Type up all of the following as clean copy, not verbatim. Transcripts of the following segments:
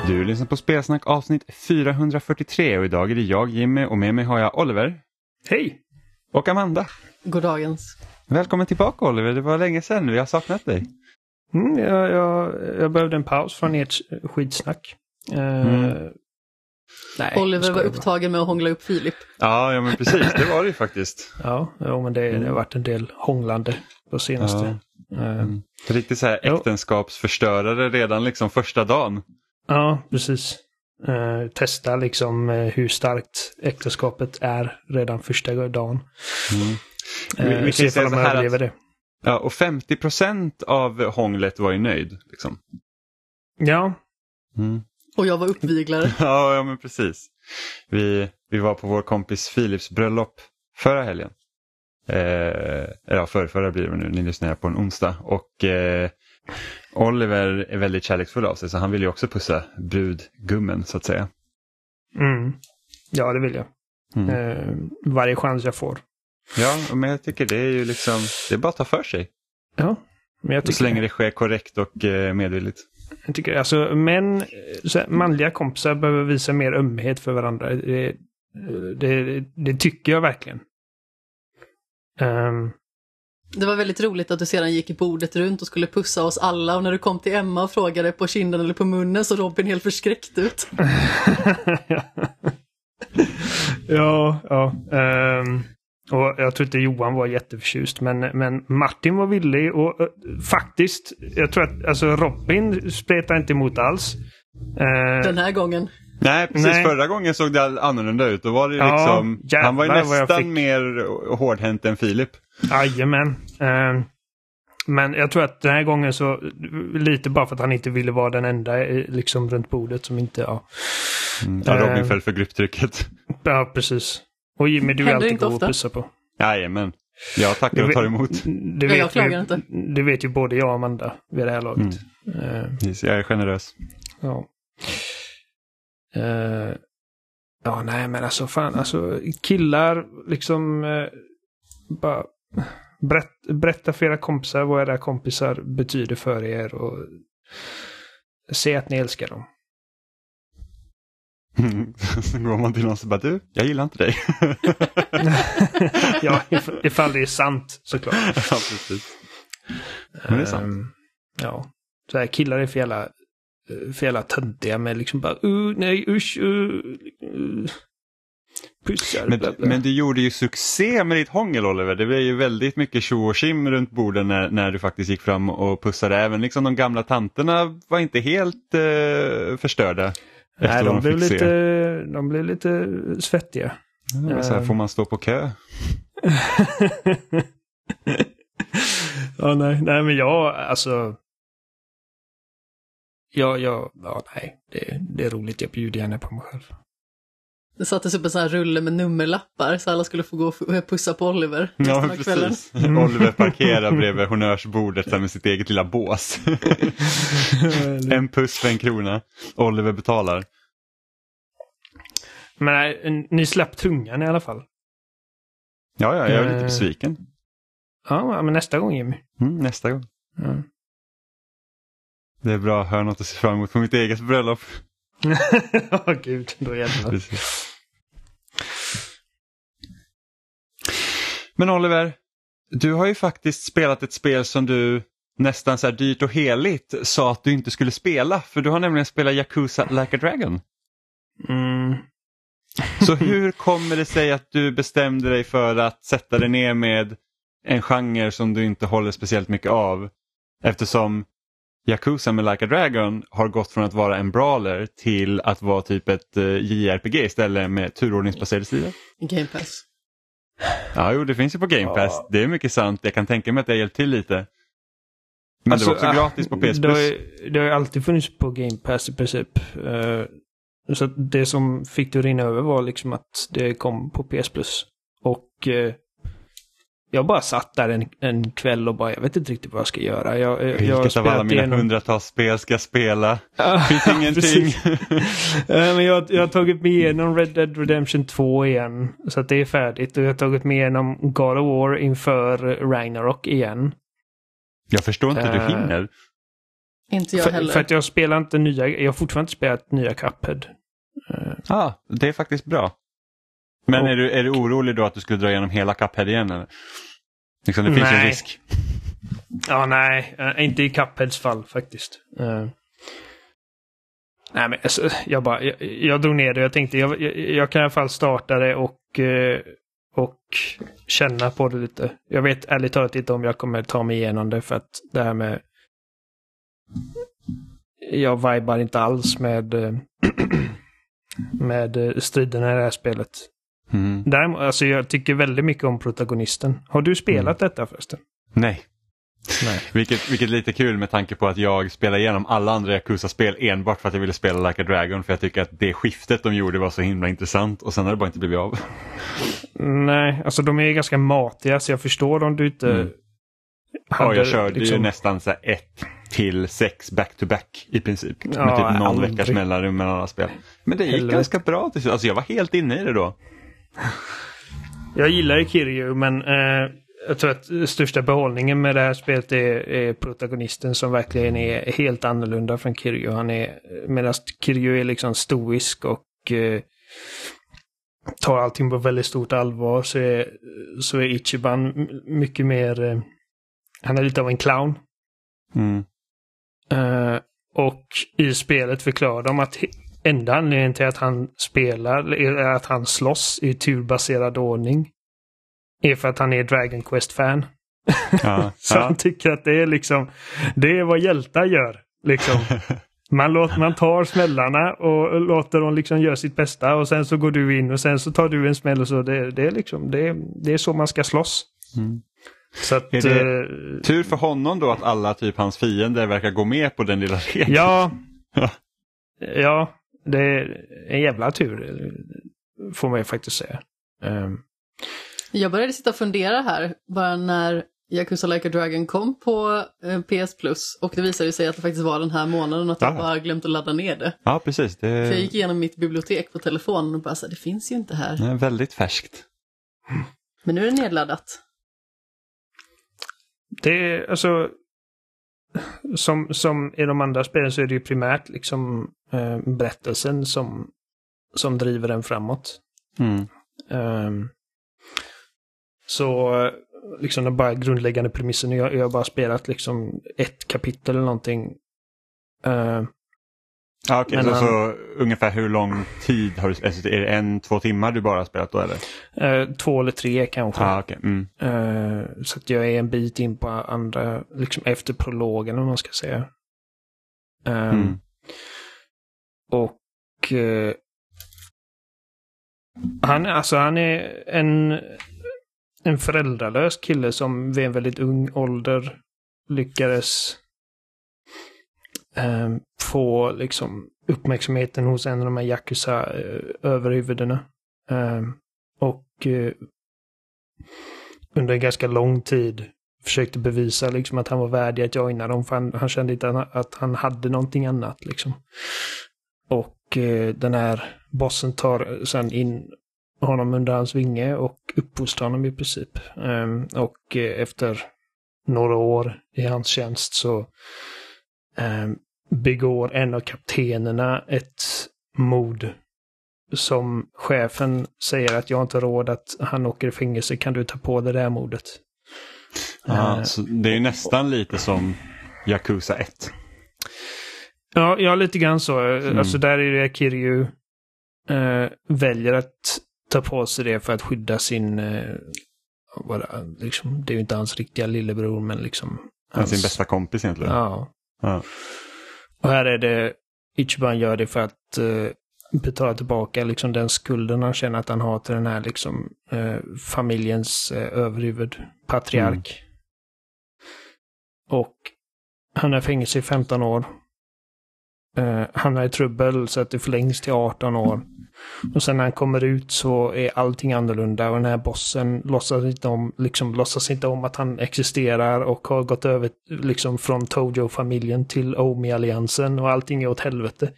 Du lyssnar på Spelsnack avsnitt 443 och idag är det jag, Jimmy, och med mig har jag Oliver. Hej! Och Amanda. God dagens. Välkommen tillbaka, Oliver, det var länge sedan, vi har saknat dig. Jag behövde en paus från ert skitsnack. Nej, Oliver var upptagen med att hångla upp Filip. Ja, men precis, det var det ju faktiskt. Ja, men det har varit en del hånglande på senaste. Riktigt så här äktenskapsförstörare redan liksom första dagen. Ja, precis. Testa liksom hur starkt äktenskapet är redan första dagen. Vi kan säga så här det. Ja, och 50% av hånglet var ju nöjd. Liksom. Ja. Och jag var uppviglare. Ja, men precis. Vi var på vår kompis Filips bröllop förra helgen. Förra blir det nu, ni lyssnar på en onsdag. Och Oliver är väldigt kärleksfull av sig, så han vill ju också pussa brudgummen så att säga. Ja, det vill jag. Varje chans jag får. Ja, men jag tycker det är ju liksom, det är bara att ta för sig. Ja, men jag tycker så länge det sker korrekt och medvilligt. Jag tycker alltså manliga kompisar behöver visa mer ömhet för varandra. Det tycker jag verkligen. Det var väldigt roligt att du sedan gick i bordet runt och skulle pussa oss alla, och när du kom till Emma och frågade på kinden eller på munnen så Robin helt förskräckt ut. Ja. Och jag tror inte Johan var jätteförtjust, men Martin var villig och faktiskt, jag tror att alltså Robin spretar inte emot alls. Den här gången. Nej, precis. Förra gången såg det annorlunda ut. Då var det liksom, han var ju nästan mer hårdhänt än Filip. Jajamän. Men jag tror att den här gången så lite bara för att han inte ville vara den enda liksom runt bordet som inte, Robin föll för grupptrycket. Ja, precis. Och Jimmy, du är alltid god att pussa på. Jajamän. Jag tackar och tar emot. Jag klagar inte. Det vet ju både jag och Amanda vid det här laget. Jag är generös. Ja. Nej, men alltså fan, alltså killar liksom bara berätta för era kompisar vad era kompisar betyder för er och se att ni älskar dem. Så går man till någon och bara, du, jag gillar inte dig. Ja, ifall det är sant såklart. Ja, precis. Men det är sant. Ja, så här killar är för jävla töntiga med liksom bara nej, usch, pussar. Men du gjorde ju succé med ditt hångel, Oliver. Det var ju väldigt mycket tjo och tjim runt borden när du faktiskt gick fram och pussade. Även liksom de gamla tanterna var inte helt förstörda. Nej, de blev lite svettiga. Så här, får man stå på kö? Ja, nej, men jag, alltså... Nej, det är roligt. Jag bjuder gärna på mig själv. Det sattes upp en sån här rulle med nummerlappar så alla skulle få gå och pussa på Oliver. Ja, precis. Oliver parkerar bredvid honnörsbordet med sitt eget lilla bås. En puss för 1 krona. Oliver betalar. Men nej, ni släpp tungan i alla fall. Ja, jag är lite besviken. Ja, men nästa gång, Jimmy. Nästa gång. Det är bra att höra något att se fram emot på mitt eget bröllop. Gud, då jävlar. Men Oliver, du har ju faktiskt spelat ett spel som du nästan så här dyrt och heligt sa att du inte skulle spela. För du har nämligen spelat Yakuza Like a Dragon. Så hur kommer det sig att du bestämde dig för att sätta dig ner med en genre som du inte håller speciellt mycket av? Eftersom Yakuza med Like a Dragon har gått från att vara en brawler till att vara typ ett JRPG istället med turordningsbaserade strider. Game Pass. Ja, det finns ju på Game Pass. Ja. Det är mycket sant. Jag kan tänka mig att det har hjälpt till lite. Men alltså, det var också gratis på PS Plus. Det har ju alltid funnits på Game Pass i princip. Så det som fick det rinna över var liksom att det kom på PS Plus. Och jag bara satt där en kväll och bara, jag vet inte riktigt vad jag ska göra. Vilket av alla mina hundratals spel ska jag spela? Finns ingenting. Men jag har tagit mig igenom Red Dead Redemption 2 igen. Så att det är färdigt. Och jag har tagit mig igenom God of War inför Ragnarok igen. Jag förstår inte hur du hinner. Inte jag heller. För att jag spelar inte nya, jag har fortfarande inte spelat nya Cuphead. Det är faktiskt bra. Men är du orolig då att du skulle dra igenom hela Cuphead igen? Eller? Liksom, det finns ju en risk. Ja, nej. Inte i Cupheads fall faktiskt. Nej, men alltså, jag drog ner det. Jag tänkte jag kan i alla fall starta det och känna på det lite. Jag vet ärligt talat inte om jag kommer ta mig igenom det, för att det här med jag vibar inte alls med striderna i det här spelet. Däremot, alltså jag tycker väldigt mycket om protagonisten. Har du spelat detta förresten? Nej. Vilket är lite kul med tanke på att jag spelar igenom alla andra Yakuza-spel enbart för att jag ville spela Like a Dragon, för jag tycker att det skiftet de gjorde var så himla intressant, och sen har det bara inte blivit av. Nej, alltså de är ganska matiga, så jag förstår om du inte jag körde ju nästan så 1-6 back-to-back i princip. Med typ någon veckas mellanrum mellan alla spel. Men det gick ganska bra. Alltså jag var helt inne i det då. Jag gillar Kiryu, men jag tror att största behållningen med det här spelet är protagonisten, som verkligen är helt annorlunda från Kiryu. Medan Kiryu är liksom stoisk och tar allting på väldigt stort allvar, så är Ichiban mycket mer, han är lite av en clown. Och i spelet förklarar de att enda anledningen till att han spelar är att han slåss i turbaserad ordning är för att han är Dragon Quest-fan. Så han tycker att det är liksom, det är vad hjältar gör. Liksom. Man tar smällarna och låter dem liksom göra sitt bästa, och sen så går du in och sen så tar du en smäll, och så det är liksom, det är så man ska slåss. Så att, är det tur för honom då att alla typ hans fiender verkar gå med på den lilla regeln? Ja, det är en jävla tur, får man ju faktiskt säga. Jag började sitta och fundera här bara när Yakuza Like a Dragon kom på PS Plus, och det visade sig att det faktiskt var den här månaden, att jag bara glömt att ladda ner det. Ja, precis. För jag gick igenom mitt bibliotek på telefonen och bara så, det finns ju inte här. Det är väldigt färskt. Men nu är det nedladdat. Det är alltså, som i de andra spelen så är det ju primärt liksom berättelsen som driver den framåt. Så liksom den bara grundläggande premissen, jag har bara spelat liksom ett kapitel eller någonting. Okej, så ungefär hur lång tid har du, alltså, är det 1-2 timmar du bara har spelat då, eller? 2 eller 3 kanske. Okay. Så att jag är en bit in på andra, liksom efter prologen, om man ska säga. Och han är en föräldralös kille som vid en väldigt ung ålder lyckades få liksom uppmärksamheten hos en av de här Yakuza överhuvudena. Och under en ganska lång tid försökte bevisa liksom att han var värdig att joina dem, för han kände inte att han hade någonting annat liksom. Och den här bossen tar sen in honom under hans vinge och uppfostrar honom i princip. Och efter några år i hans tjänst så begår en av kaptenerna ett mord som chefen säger att jag inte har råd att han åker i fängelse, kan du ta på det där mordet? Så det är ju nästan lite som Yakuza 1. Ja, lite grann så. Alltså där är det Kiryu väljer att ta på sig det för att skydda sin liksom, det är ju inte hans riktiga lillebror, men liksom sin bästa kompis egentligen. Ja. Och här är det Ichiban gör det för att betala tillbaka liksom den skulden han känner att han har till den här liksom familjens överhuvud, patriark. Och han är fängelse i 15 år. Han är i trubbel så att det förlängs till 18 år. Och sen när han kommer ut så är allting annorlunda, och den här bossen låtsas inte om att han existerar och har gått över liksom från Tojo-familjen till Omi-alliansen, och allting är åt helvete.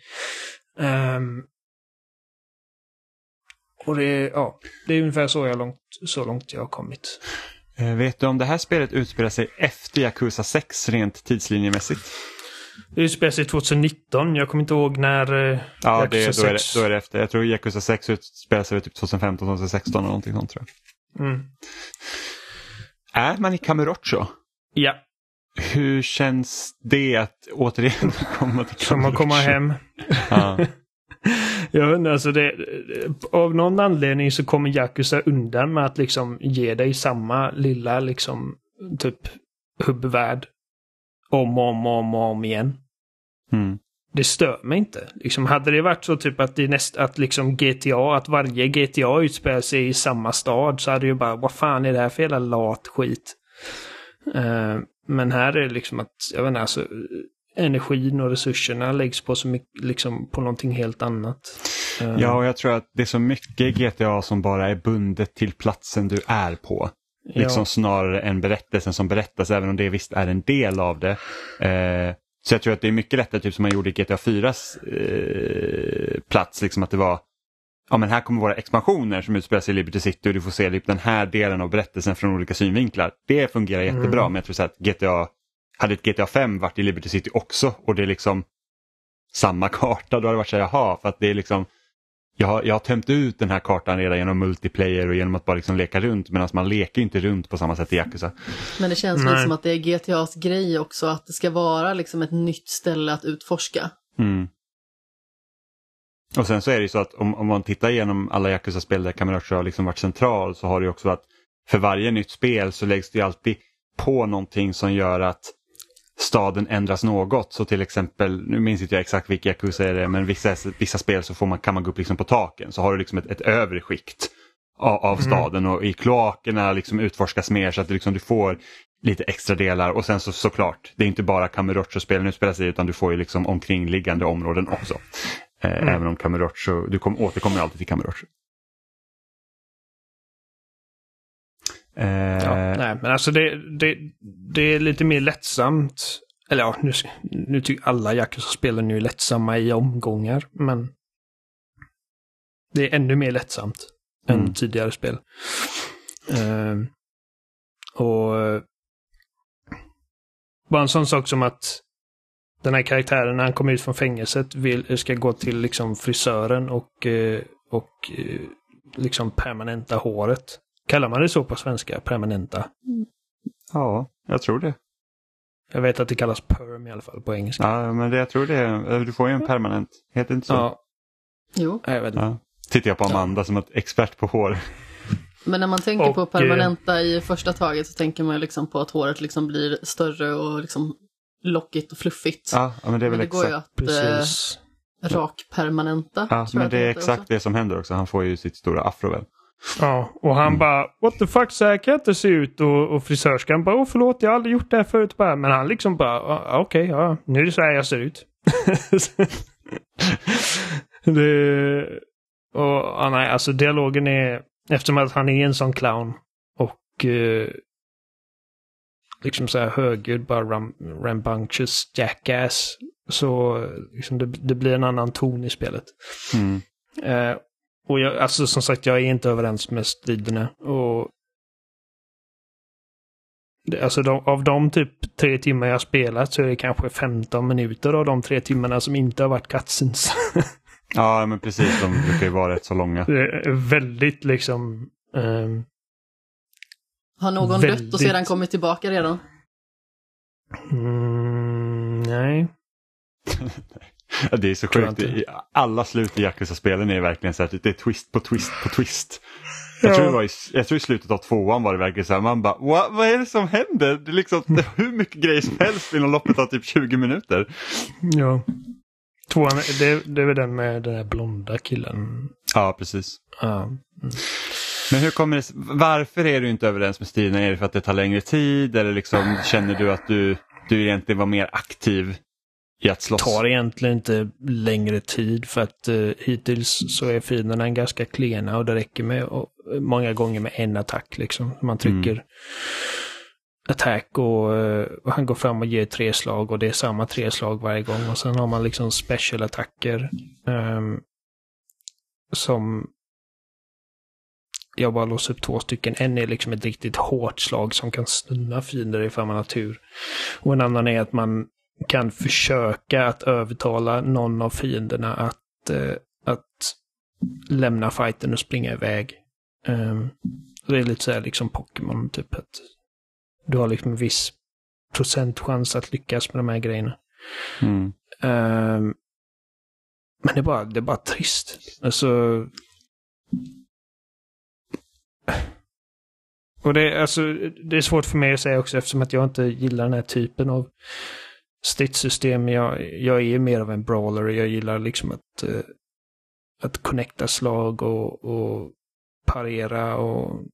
Och det är ungefär så långt jag har kommit. Vet du om det här spelet utspelar sig efter Yakuza 6 rent tidslinjemässigt? Det utspelar sig 2019. Jag kommer inte ihåg när Ja, Yakuza 6... då är det efter. Jag tror Yakuza 6 utspelar sig typ 2015, 2016 eller någonting sånt, tror jag. Är man i Kamurocho? Ja. Hur känns det att återigen komma till Kamurocho? Som att komma hem. Ja. Jag undrar, alltså av någon anledning så kommer Yakuza undan med att liksom ge dig samma lilla liksom typ hubbvärld om igen. Det stör mig inte. Liksom, hade det varit så typ att liksom GTA, att varje GTA utspelar sig i samma stad, så hade ju bara, vad fan är det här för jävla lat skit? Men här är det liksom att, jag vet inte, alltså energin och resurserna läggs på så mycket, liksom på någonting helt annat. Ja, och jag tror att det är så mycket GTA som bara är bundet till platsen du är på. Liksom snarare än berättelsen som berättas, även om det visst är en del av det. Så jag tror att det är mycket lättare, typ som man gjorde i GTA 4s plats, liksom att det var, ja men här kommer våra expansioner som utspelar sig i Liberty City och du får se typ den här delen av berättelsen från olika synvinklar. Det fungerar jättebra, men jag tror så att hade ett GTA 5 varit i Liberty City också och det är liksom samma karta, då hade det varit så här, jaha, för att det är liksom, jag har tömt ut den här kartan redan genom multiplayer och genom att bara liksom leka runt, medan man leker inte runt på samma sätt i Yakuza. Men det känns lite som att det är GTAs grej också, att det ska vara liksom ett nytt ställe att utforska. Och sen så är det ju så att om man tittar igenom alla Yakuza-spel där Kamurocho har liksom varit central, så har det ju också att för varje nytt spel så läggs det ju alltid på någonting som gör att staden ändras något. Så till exempel, nu minns inte jag exakt vilka Yakuza är det, men vissa spel så kan man gå upp liksom på taken, så har du liksom ett övre skikt av staden, och i kloakerna liksom utforskas mer, så att du får lite extra delar. Och sen såklart, det är inte bara Kamurocho-spelen utspelar sig, utan du får ju liksom omkringliggande områden också. Även om Kamurocho, du återkommer alltid till Kamurocho. Nej, men alltså det är lite mer lättsamt. Eller ja, nu tycker alla Yakuza-spelen nu är lättsamma i omgångar, men det är ännu mer lättsamt än tidigare spel. Och bara en sån sak som att den här karaktären, när han kommer ut från fängelset, ska gå till liksom frisören och liksom permanenta håret. Kallar man det så på svenska? Permanenta? Ja, jag tror det. Jag vet att det kallas perm i alla fall på engelska. Ja, men jag tror det är, du får ju en permanent. Heter inte så? Ja. Jo. Jag vet inte. Ja. Tittar jag på Amanda som ett expert på hår. Men när man tänker på permanenta i första taget, så tänker man liksom på att håret liksom blir större och liksom lockigt och fluffigt. Ja, men det är väl det går ju att rakpermanenta. Ja, men det är exakt också det som händer också. Han får ju sitt stora afro väl. Ja, och han bara, what the fuck, så här kan jag inte se ut. Och frisörskan bara, förlåt, jag har aldrig gjort det här förut. Men han liksom bara, okej, nu är det så här jag ser ut. Nej, alltså dialogen är, eftersom att han är en sån clown och liksom så här högljudd, bara rambunctious jackass, så liksom det blir en annan ton i spelet. Och alltså som sagt, jag är inte överens med striderna. Och alltså av de typ 3 timmar jag har spelat, så är det kanske 15 minuter av de 3 timmarna som inte har varit cutscenes. Ja, men precis, de brukar ju vara rätt så långa. Det är väldigt liksom har någon dött och sedan kommit tillbaka redan? Nej. Ja, det är så sjukt. Alla slut i Yakuza-spelen är verkligen så att det är twist på twist på twist. Jag tror i slutet av 2:an var det verkligen så här, man bara, vad är det som händer? Det är liksom hur mycket grejer som helst inom loppet av typ 20 minuter. Ja. 2:an, det är väl den med den här blonda killen. Ja, precis. Ja. Men hur kommer det, varför är du inte överens med Stina? Är det för att det tar längre tid, eller liksom känner du att du egentligen var mer aktiv i att slåss? Det tar egentligen inte längre tid, för att hittills så är fienderna ganska klena och det räcker med många gånger med en attack liksom. Man trycker attack och han går fram och ger 3 slag och det är samma 3 slag varje gång, och sen har man liksom special attacker som jag bara låser upp 2 stycken. En är liksom ett riktigt hårt slag som kan stunna fiender ifall man har tur. Och en annan är att man kan försöka att övertala någon av fienderna att lämna fighten och springa iväg. Det är lite så här liksom Pokémon, typ att du har liksom en viss procentchans att lyckas med de här grejerna. Men det är bara trist. Alltså, och det är svårt för mig att säga också, eftersom att jag inte gillar den här typen av stridssystem. Jag är mer av en brawler. Jag gillar liksom att connecta slag och parera och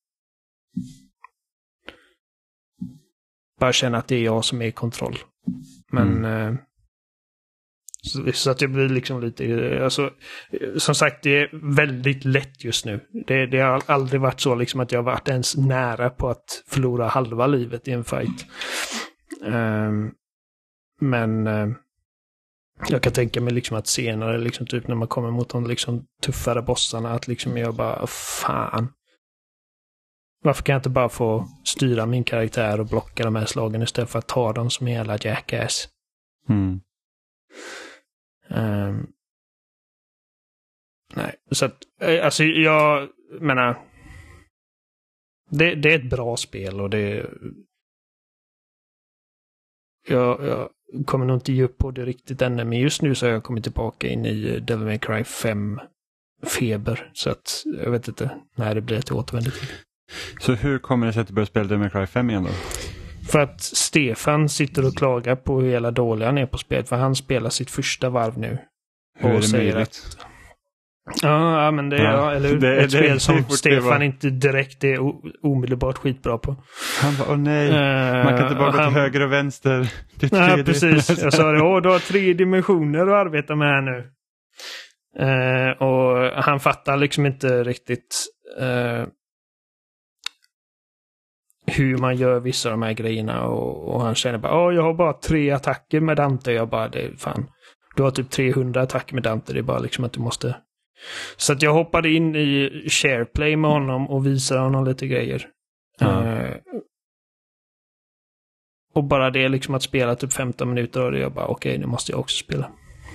bara känna att det är jag som är i kontroll. Men så att jag blir liksom lite, alltså, som sagt, det är väldigt lätt just nu. Det har aldrig varit så liksom att jag varit ens nära på att förlora halva livet i en fight. Men jag kan tänka mig liksom att senare, liksom typ när man kommer mot de liksom tuffare bossarna, att liksom jag bara, fan. Varför kan jag inte bara få styra min karaktär och blocka de här slagen istället för att ta dem som en jävla jackass? Nej, så att, alltså jag menar, det är ett bra spel och jag kommer nog inte ge upp på det riktigt ännu, men just nu så har jag kommit tillbaka in i Devil May Cry 5 feber, så att jag vet inte när det blir att jag återvänder till. Så hur kommer det sig att du börjar spela Devil May Cry 5 igen då? För att Stefan sitter och klagar på hur hela dålig han är på spelet, för han spelar sitt första varv nu. Hur och är det säger möjligt? Ja, men det är eller ett spel som Stefan inte direkt är omedelbart skitbra på. Han bara, nej, man kan inte bara gå till höger och vänster. Nej, precis. Jag sa det, du har 3 dimensioner att arbeta med här nu. Och han fattar liksom inte riktigt hur man gör vissa av de här grejerna, och han känner bara, jag har bara 3 attacker med Dante. Jag bara, det är fan, du har typ 300 attacker med Dante, det är bara liksom att du måste. Så att jag hoppade in i SharePlay med honom och visade honom lite grejer. Och bara det liksom att spela typ 15 minuter, och det jag bara, okej, nu måste jag också spela.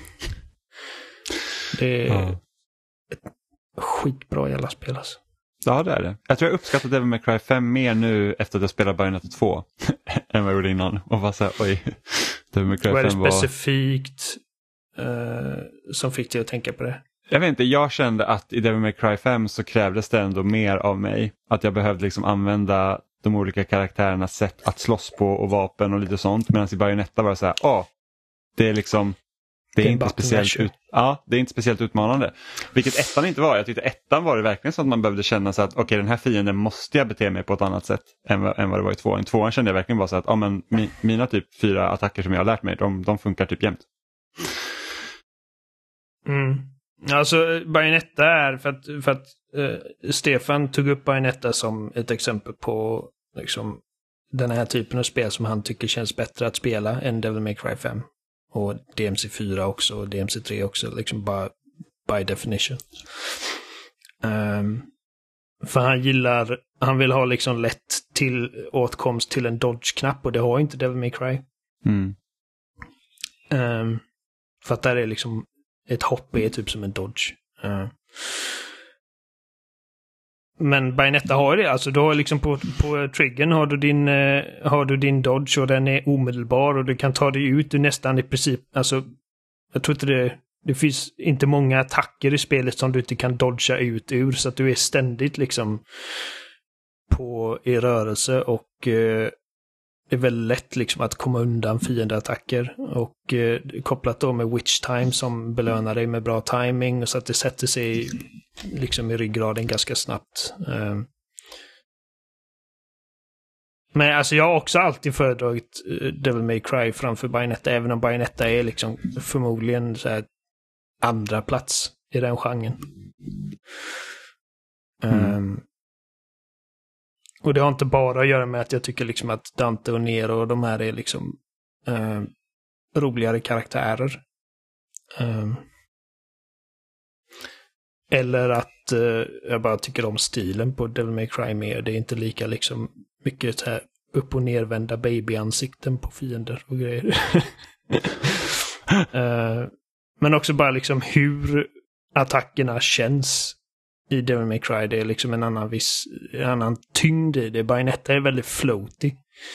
Det är ett skitbra jävla spel alltså. Ja, det är det. Jag tror jag uppskattar Devil May Cry 5 mer nu efter att jag spelar Bayonetta 2 än vad jag gjorde innan. Och bara såhär, oj, Devil May Cry 5 var... Vad är det specifikt som fick dig att tänka på det? Jag vet inte, jag kände att i Devil May Cry 5 så krävdes det ändå mer av mig. Att jag behövde liksom använda de olika karaktärernas sätt att slåss på och vapen och lite sånt. Medan i Bayonetta var det så här, det är liksom... Det är inte speciellt utmanande. Vilket ettan inte var. Jag tyckte ettan var det verkligen så att man behövde känna så att okej, den här fienden måste jag bete mig på ett annat sätt än vad det var i tvåan. I tvåan kände jag verkligen bara så att mina typ 4 attacker som jag har lärt mig, de funkar typ jämt. Alltså Bayonetta är för att Stefan tog upp Bayonetta som ett exempel på liksom den här typen av spel som han tycker känns bättre att spela än Devil May Cry 5. Och DMC4 också, och DMC3 också, liksom bara by definition. För han vill ha liksom lätt till åtkomst till en dodge-knapp, och det har inte Devil May Cry. För att där är liksom ett hopp är typ som en dodge. Men Bayonetta har det, alltså du har liksom på triggern har du din dodge, och den är omedelbar, och du kan ta dig ut nästan i princip, alltså jag tror inte det finns inte många attacker i spelet som du inte kan dodga ut ur, så att du är ständigt liksom i rörelse, och det är väldigt lätt liksom att komma undan fiendeattacker, och kopplat då med Witch Time som belönar dig med bra timing, och så att det sätter sig liksom i ryggraden ganska snabbt. Men alltså jag har också alltid föredragit Devil May Cry framför Bayonetta, även om Bayonetta är liksom förmodligen så här andra plats i den genren. Och det har inte bara att göra med att jag tycker liksom att Dante och Nero och de här är liksom roligare karaktärer. Eller att jag bara tycker om stilen på Devil May Cry mer. Det är inte lika liksom mycket så här upp- och nervända babyansikten på fiender och grejer. Men också bara liksom hur attackerna känns i Devil May Cry. Det är liksom en annan tyngd i det. Bayonetta är väldigt floaty.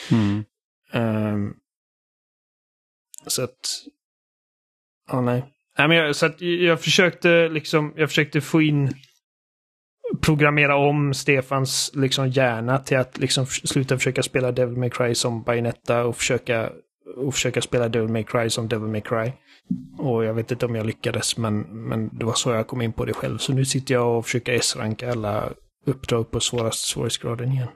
Så att... nej. Så att jag försökte få in... programmera om Stefans liksom hjärna till att liksom sluta försöka spela Devil May Cry som Bayonetta och försöka spela Devil May Cry som Devil May Cry. Och jag vet inte om jag lyckades, men det var så jag kom in på det själv. Så nu sitter jag och försöker S-ranka alla uppdrag på svårighetsgraden igen.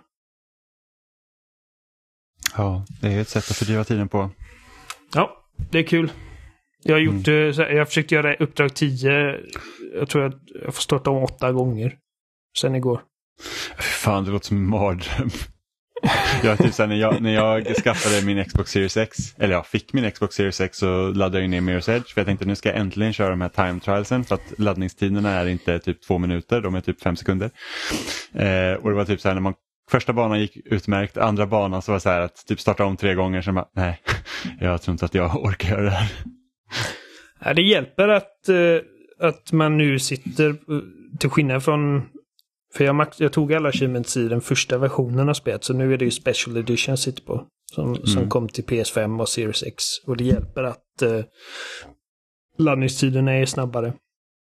Ja, det är ett sätt att fördriva tiden på. Ja, det är kul. Jag har gjort jag försökte göra uppdrag 10. Jag tror jag får starta om 8 gånger sen igår. Fan, det låter som en mardröm. Jag typ så när jag skaffade min Xbox Series X, eller jag fick min Xbox Series X, så laddade jag ner Mirror's Edge, för jag tänkte nu ska jag äntligen köra de här time trialsen, för att laddningstiderna är inte typ 2 minuter, de är typ 5 sekunder. Och det var typ så här när man första banan gick utmärkt, andra banan så var det så här att typ starta om 3 gånger, så bara, nej, jag tror inte att jag orkar göra det här. Ja, det hjälper att man nu sitter, till skillnad från, för jag tog alla achievements i den första versionen av spelet, så nu är det ju Special Edition sitter på som kom till PS5 och Series X, och det hjälper att laddningstiderna är snabbare.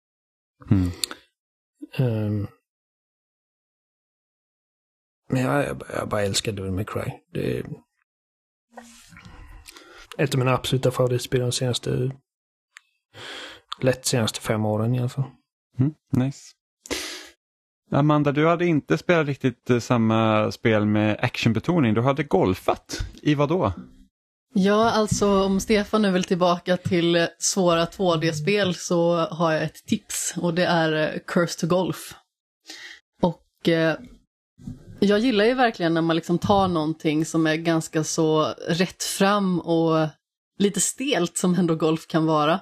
Men jag bara älskar Devil May Cry. Det är ett av mina absoluta favoritspel de senaste 5 åren i alla fall. Nice. Amanda, du hade inte spelat riktigt samma spel med actionbetoning. Du hade golfat. I vad då? Ja, alltså om Stefan nu vill tillbaka till svåra 2D-spel så har jag ett tips. Och det är Curse to Golf. Och jag gillar ju verkligen när man liksom tar någonting som är ganska så rätt fram och lite stelt som ändå golf kan vara.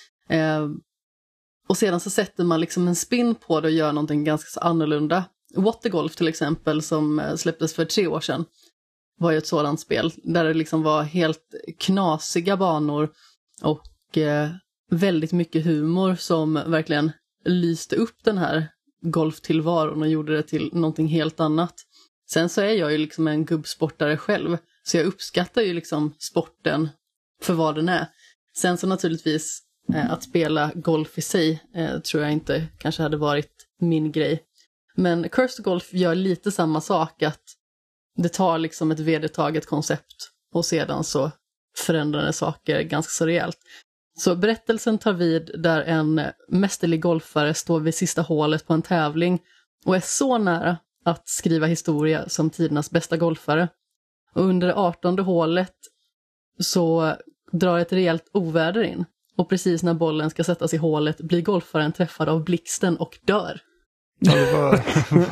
Och sedan så sätter man liksom en spin på det och gör någonting ganska så annorlunda. Watergolf till exempel, som släpptes för 3 år sedan, var ju ett sådant spel där det liksom var helt knasiga banor och väldigt mycket humor som verkligen lyste upp den här golftillvaron och gjorde det till någonting helt annat. Sen så är jag ju liksom en gubbsportare själv, så jag uppskattar ju liksom sporten för vad den är. Sen så naturligtvis att spela golf i sig tror jag inte kanske hade varit min grej. Men Curse to Golf gör lite samma sak, att det tar liksom ett vedertaget koncept och sedan så förändrar det saker ganska så rejält. Så berättelsen tar vid där en mästerlig golfare står vid sista hålet på en tävling och är så nära att skriva historia som tidernas bästa golfare. Och under det 18:e hålet så drar ett rejält oväder in. Och precis när bollen ska sättas i hålet blir golfaren träffad av blixten och dör. Ja, det var...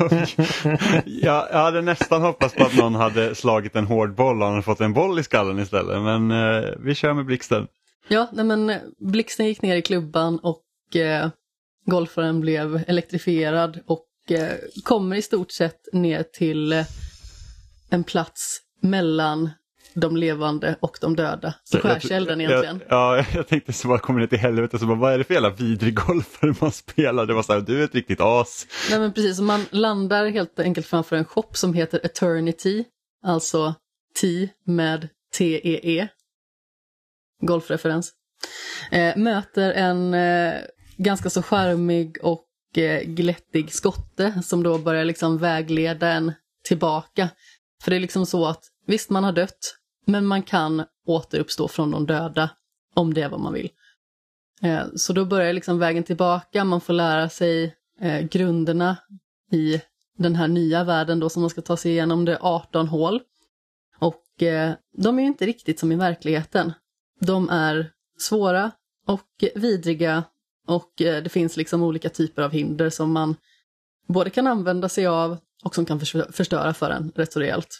jag hade nästan hoppats på att någon hade slagit en hård boll och hade fått en boll i skallen istället. Men vi kör med blixten. Ja, nej, men blixten gick ner i klubban och golfaren blev elektrifierad och kommer i stort sett ner till en plats mellan de levande och de döda. Så skärselden egentligen. Jag tänkte så bara kommer ner till helvete, så bara, vad är det för jävla vidrig golfare man spelar? Det var så här, du är ett riktigt as. Nej, men precis, så man landar helt enkelt framför en shop som heter Eternity, alltså T med T-E-E. Golfreferens. Möter en ganska så charmig och glättig skotte som då börjar liksom vägleda en tillbaka. För det är liksom så att visst, man har dött, men man kan återuppstå från de döda om det är vad man vill. Så då börjar liksom vägen tillbaka. Man får lära sig grunderna i den här nya världen då som man ska ta sig igenom. Det 18 hål. Och de är ju inte riktigt som i verkligheten. De är svåra och vidriga och det finns liksom olika typer av hinder som man både kan använda sig av och som kan förstöra för en rätt så rejält.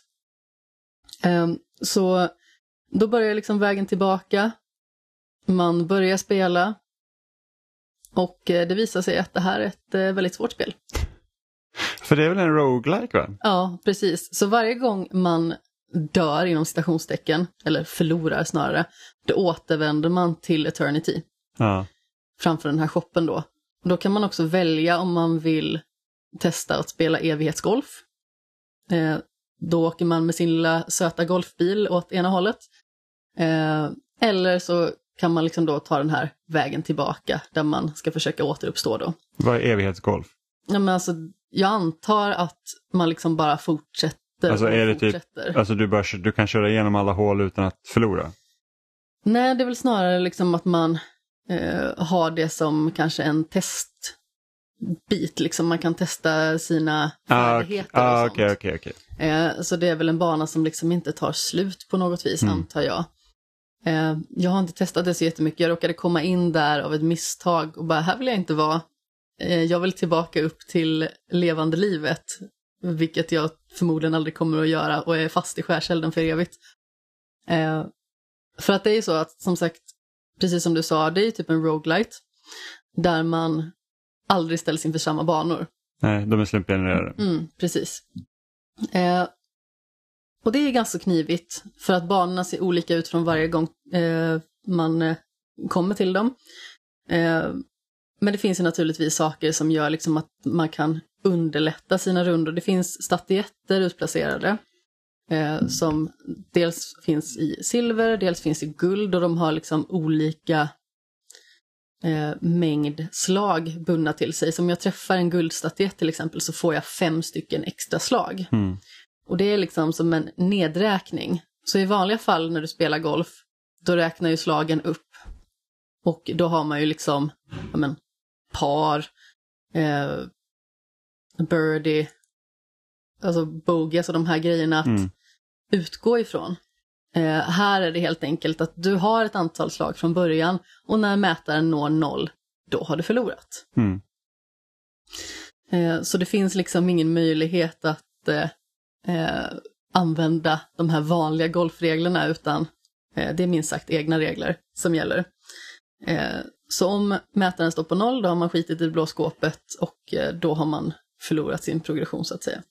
Så då börjar liksom vägen tillbaka. Man börjar spela och det visar sig att det här är ett väldigt svårt spel. För det är väl en roguelike, va? Ja, precis. Så varje gång man dör inom citationstecken, eller förlorar snarare, då återvänder man till Eternity. Ja. Framför den här shoppen då. Då kan man också välja om man vill testa att spela evighetsgolf. Då åker man med sin lilla söta golfbil åt ena hållet. Eller så kan man liksom då ta den här vägen tillbaka där man ska försöka återuppstå då. Vad är evighetsgolf? Ja, men alltså, jag antar att man liksom bara fortsätter. Alltså är det fortsätter. typ, alltså du kan köra igenom alla hål utan att förlora? Nej, det är väl snarare liksom att man har det som kanske en testbit. Liksom man kan testa sina färdigheter och sånt. Okej. Så det är väl en bana som liksom inte tar slut på något vis, antar jag. Jag har inte testat det så jättemycket. Jag råkade komma in där av ett misstag och bara, här vill jag inte vara. Jag vill tillbaka upp till levande livet, vilket jag förmodligen aldrig kommer att göra och är fast i skärselden för evigt. För att det är ju så att, som sagt, precis som du sa, det är ju typ en roguelite där man aldrig ställs inför samma banor. Nej, de är slumpgenererade. Precis. Och det är ganska knivigt för att banorna ser olika ut från varje gång man kommer till dem. Men det finns ju naturligtvis saker som gör liksom att man kan underlätta sina rundor. Det finns statyetter utplacerade som dels finns i silver, dels finns i guld, och de har liksom olika mängd slag bundna till sig. Så om jag träffar en guldstatyett till exempel så får jag 5 stycken extra slag. Och det är liksom som en nedräkning. Så i vanliga fall när du spelar golf, då räknar ju slagen upp. Och då har man ju liksom par, birdie, alltså bogey, alltså de här grejerna att utgå ifrån. Här är det helt enkelt att du har ett antal slag från början, och när mätaren når 0, då har du förlorat. Så det finns liksom ingen möjlighet att använda de här vanliga golfreglerna, utan det är minst sagt egna regler som gäller. Så om mätaren står på 0, då har man skitit i blåskåpet och då har man förlorat sin progression så att säga.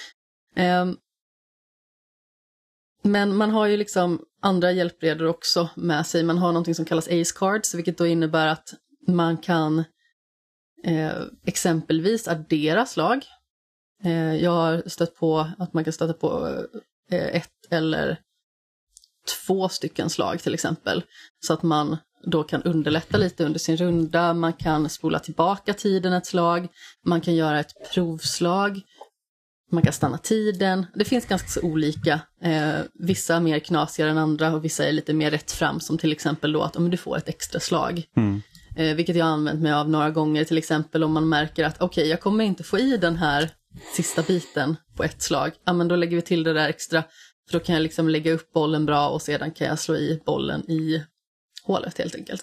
Men man har ju liksom andra hjälpredor också med sig. Man har någonting som kallas Ace Cards, vilket då innebär att man kan exempelvis addera slag. Jag har stött på att man kan stöta på 1 eller 2 stycken slag till exempel. Så att man då kan underlätta lite under sin runda. Man kan spola tillbaka tiden ett slag. Man kan göra ett provslag. Man kan stanna tiden. Det finns ganska så olika. Vissa är mer knasigare än andra och vissa är lite mer rätt fram. Som till exempel då att om du får ett extra slag. Vilket jag har använt mig av några gånger. Till exempel om man märker att okej, jag kommer inte få i den här sista biten på ett slag. Ja, men då lägger vi till det där extra. För då kan jag liksom lägga upp bollen bra och sedan kan jag slå i bollen i hålet helt enkelt.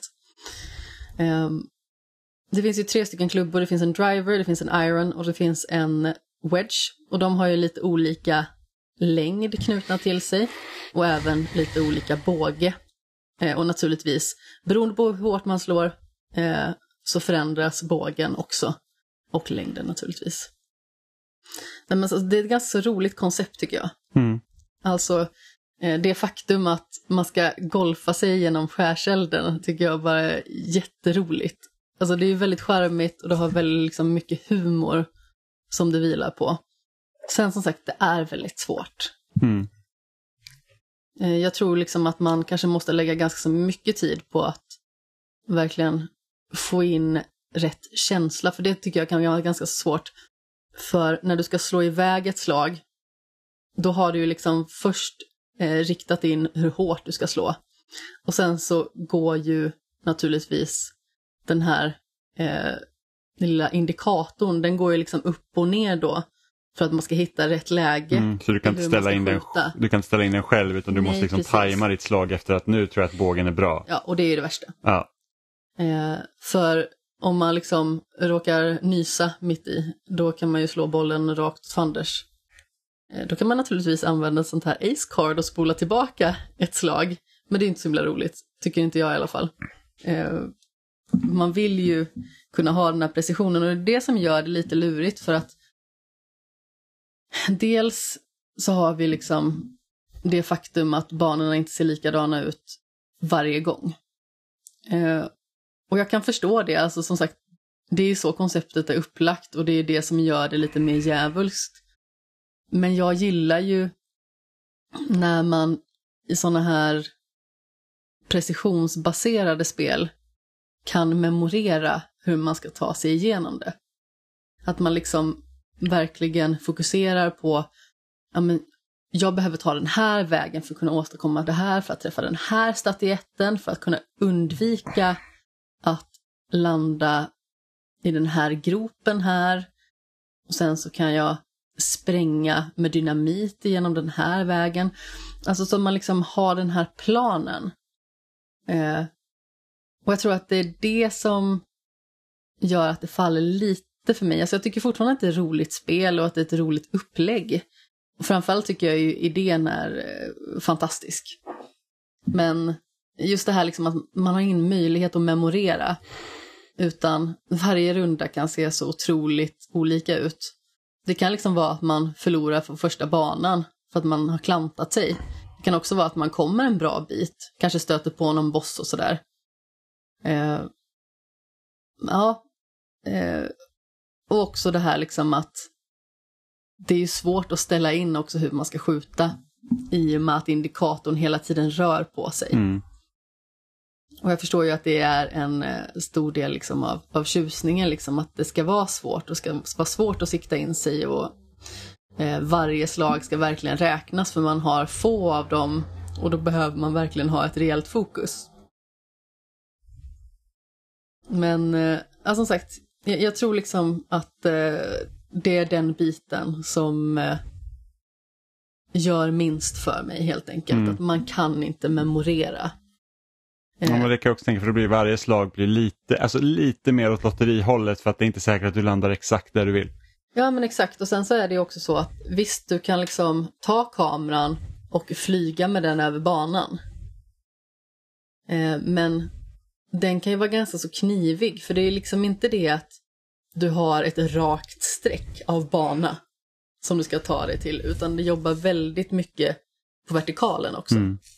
Det finns ju 3 stycken klubbor. Det finns en driver, det finns en iron och det finns en wedge. Och de har ju lite olika längd knutna till sig. Och även lite olika båge. Och naturligtvis, beroende på hur hårt man slår, så förändras bågen också. Och längden naturligtvis. Men alltså, det är ett ganska roligt koncept tycker jag. Alltså det faktum att man ska golfa sig genom skärselden tycker jag bara är jätteroligt. Alltså det är väldigt charmigt och det har väldigt liksom mycket humor som det vilar på. Sen som sagt, det är väldigt svårt. Jag tror liksom att man kanske måste lägga ganska så mycket tid på att verkligen få in rätt känsla. För det tycker jag kan vara ganska svårt. För när du ska slå iväg ett slag, då har du ju liksom först riktat in hur hårt du ska slå. Och sen så går ju naturligtvis den här lilla indikatorn, den går ju liksom upp och ner då. För att man ska hitta rätt läge. Så du kan inte ställa in den själv, utan du måste liksom tajma ditt slag efter att nu tror jag att bågen är bra. Ja, och det är ju det värsta. Ja. För om man liksom råkar nysa mitt i, då kan man ju slå bollen rakt fanders. Då kan man naturligtvis använda ett sånt här ace card och spola tillbaka ett slag. Men det är inte så himla roligt, tycker inte jag i alla fall. Man vill ju kunna ha den här precisionen, och det är det som gör det lite lurigt, för att dels så har vi liksom det faktum att banorna inte ser likadana ut varje gång. Och jag kan förstå det, alltså som sagt, det är så konceptet är upplagt och det är det som gör det lite mer djävulskt. Men jag gillar ju när man i såna här precisionsbaserade spel kan memorera hur man ska ta sig igenom det. Att man liksom verkligen fokuserar på, ja men jag behöver ta den här vägen för att kunna åstadkomma det här, för att träffa den här statyetten, för att kunna undvika att landa i den här gropen här. Och sen så kan jag spränga med dynamit genom den här vägen. Alltså så man liksom har den här planen. Och jag tror att det är det som gör att det faller lite för mig. Alltså jag tycker fortfarande att det är ett roligt spel och att det är ett roligt upplägg. Och framförallt tycker jag ju idén är fantastisk. Men just det här liksom att man har ingen möjlighet att memorera. Utan varje runda kan se så otroligt olika ut. Det kan liksom vara att man förlorar för första banan för att man har klantat sig. Det kan också vara att man kommer en bra bit. Kanske stöter på någon boss och sådär. Och också det här liksom att det är ju svårt att ställa in också hur man ska skjuta i och med att indikatorn hela tiden rör på sig. Mm. Och jag förstår ju att det är en stor del liksom av tjusningen, liksom, att det ska vara svårt och ska vara svårt att sikta in sig och varje slag ska verkligen räknas för man har få av dem och då behöver man verkligen ha ett rejält fokus. Men som sagt, jag tror liksom att det är den biten som gör minst för mig helt enkelt. Att man kan inte memorera. Ja, men det kan jag också tänka, för det blir varje slag blir lite mer åt lotterihållet för att det är inte säkert att du landar exakt där du vill. Ja men exakt, och sen så är det också så att visst du kan liksom ta kameran och flyga med den över banan. Men den kan ju vara ganska så knivig, för det är liksom inte det att du har ett rakt streck av bana som du ska ta dig till, utan det jobbar väldigt mycket på vertikalen också.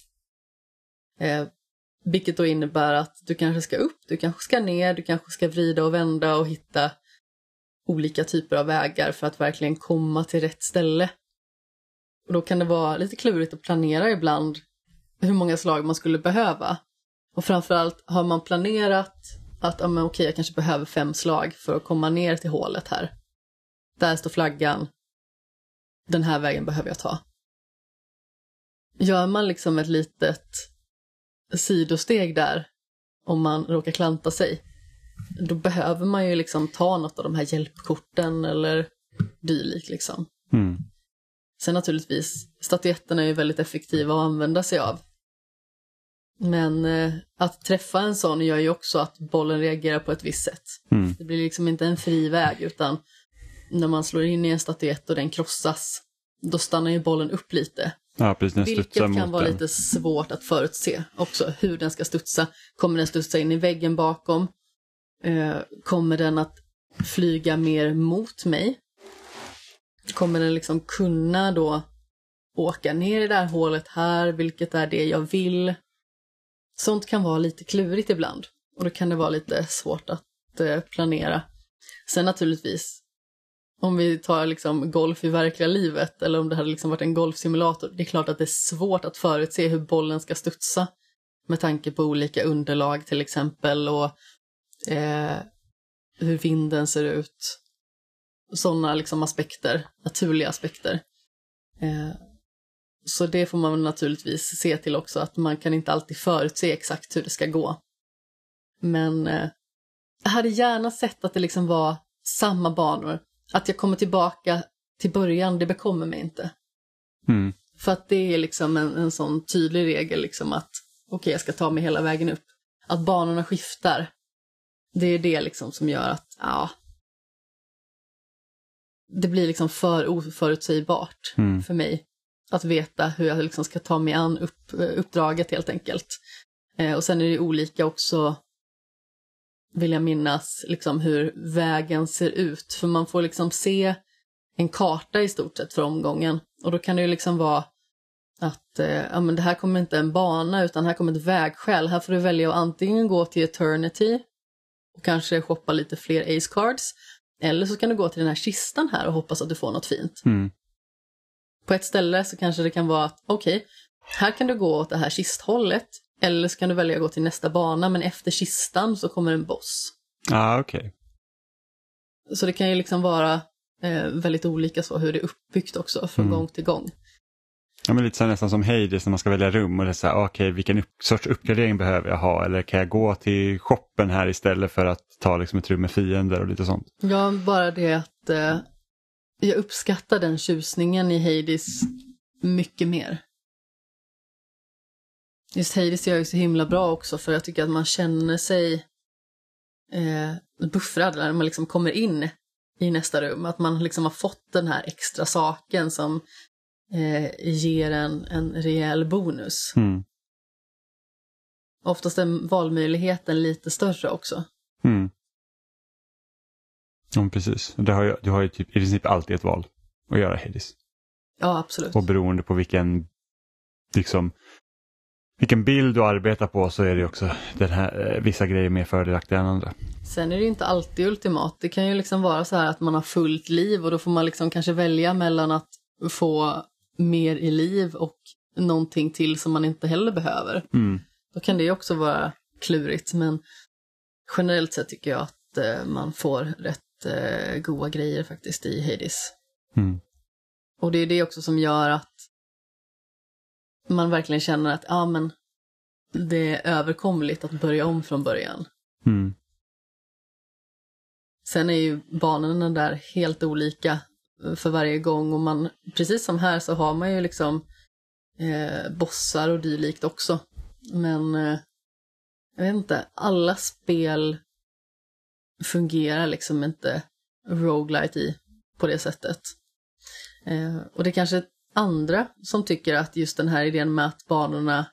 Vilket då innebär att du kanske ska upp, du kanske ska ner, du kanske ska vrida och vända och hitta olika typer av vägar för att verkligen komma till rätt ställe. Och då kan det vara lite klurigt att planera ibland hur många slag man skulle behöva. Och framförallt har man planerat att okej, jag kanske behöver 5 slag för att komma ner till hålet här. Där står flaggan. Den här vägen behöver jag ta. Gör man liksom ett litet sidosteg där, om man råkar klanta sig, då behöver man ju liksom ta något av de här hjälpkorten eller dylik liksom. Sen naturligtvis, statyetterna är ju väldigt effektiva att använda sig av. Men att träffa en sån gör ju också att bollen reagerar på ett visst sätt. Det blir liksom inte en fri väg, utan när man slår in i en statyett och den krossas, då stannar ju bollen upp lite. Ja, precis, vilket kan vara lite svårt att förutse också, hur den ska studsa. Kommer den studsa in i väggen bakom? Kommer den att flyga mer mot mig? Kommer den liksom kunna då åka ner i det här hålet här, vilket är det jag vill? Sånt kan vara lite klurigt ibland, och då kan det vara lite svårt att planera. Sen naturligtvis, om vi tar liksom golf i verkliga livet, eller om det hade liksom varit en golfsimulator, det är klart att det är svårt att förutse hur bollen ska studsa med tanke på olika underlag till exempel, och hur vinden ser ut. Sådana liksom aspekter, naturliga aspekter. Så det får man naturligtvis se till också, att man kan inte alltid förutse exakt hur det ska gå. Men jag hade gärna sett att det liksom var samma banor. Att jag kommer tillbaka till början, det bekommer mig inte. För att det är liksom en sån tydlig regel liksom att okej, jag ska ta mig hela vägen upp. Att banorna skiftar, det är det liksom som gör att det blir liksom för oförutsägbart för mig att veta hur jag liksom ska ta mig an uppdraget helt enkelt. Och sen är det olika också, vill jag minnas, liksom hur vägen ser ut. För man får liksom se en karta i stort sett för omgången. Och då kan det ju liksom vara Att men det här kommer inte en bana utan här kommer ett vägskäl. Här får du välja att antingen gå till Eternity och kanske shoppa lite fler Ace Cards. Eller så kan du gå till den här kistan här och hoppas att du får något fint. Mm. På ett ställe så kanske det kan vara att okej, här kan du gå åt det här kisthållet. Eller så kan du välja att gå till nästa bana, men efter kistan så kommer en boss. Okej. Så det kan ju liksom vara väldigt olika så hur det är uppbyggt också från gång till gång. Ja, men lite så här nästan som Hades när man ska välja rum och det är så här, okej, vilken sorts uppgradering behöver jag ha? Eller kan jag gå till shoppen här istället för att ta liksom ett rum med fiender och lite sånt? Ja, bara det att jag uppskattar den tjusningen i Hades mycket mer. Just Hades gör ju så himla bra också för jag tycker att man känner sig buffrad när man liksom kommer in i nästa rum. Att man liksom har fått den här extra saken som ger en rejäl bonus. Mm. Oftast är valmöjligheten lite större också. Mm. Ja, precis. Du har ju typ i princip alltid ett val att göra Hades. Ja, absolut. Och beroende på vilken bild du arbetar på så är det också vissa grejer mer fördelaktiga än andra. Sen är det ju inte alltid ultimat. Det kan ju liksom vara så här att man har fullt liv och då får man liksom kanske välja mellan att få mer i liv och någonting till som man inte heller behöver. Mm. Då kan det ju också vara klurigt, men generellt sett tycker jag att man får rätt goda grejer faktiskt i Hades. Mm. Och det är det också som gör att man verkligen känner att men det är överkomligt att börja om från början. Mm. Sen är ju banorna där helt olika för varje gång och man, precis som här så har man ju liksom bossar och dylikt också. Men jag vet inte, alla spel fungerar liksom inte roguelite i på det sättet. Och det är kanske andra som tycker att just den här idén med att banorna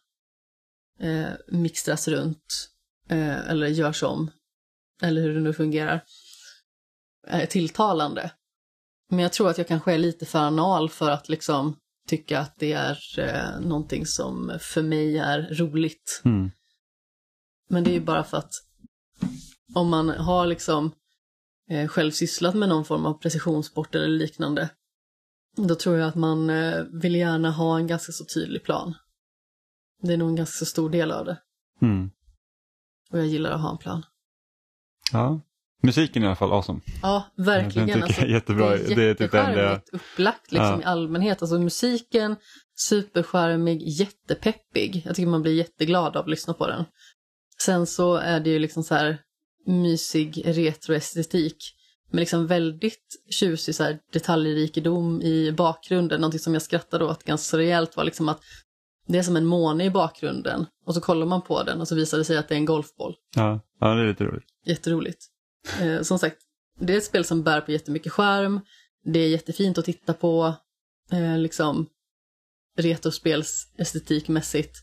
mixtras runt eller görs om, eller hur det nu fungerar, är tilltalande. Men jag tror att jag kanske är lite för anal för att liksom tycka att det är någonting som för mig är roligt. Mm. Men det är ju bara för att om man har liksom själv sysslat med någon form av precisionssport eller liknande, då tror jag att man vill gärna ha en ganska så tydlig plan. Det är nog en ganska så stor del av det. Mm. Och jag gillar att ha en plan. Ja. Musiken är i alla fall awesome. Ja, verkligen. Den tycker jag är jättebra. Det är jättecharmigt upplagt liksom, i allmänhet. Alltså musiken, supercharmig, jättepeppig. Jag tycker man blir jätteglad av att lyssna på den. Sen så är det ju liksom så här mysig retroestetik. Men liksom väldigt tjusig så här detaljrikedom i bakgrunden. Någonting som jag skrattade åt ganska så rejält var liksom att det är som en måne i bakgrunden. Och så kollar man på den och så visar det sig att det är en golfboll. Ja, det är lite roligt. Jätteroligt. Som sagt, det är ett spel som bär på jättemycket skärm. Det är jättefint att titta på. Liksom retrospels estetikmässigt.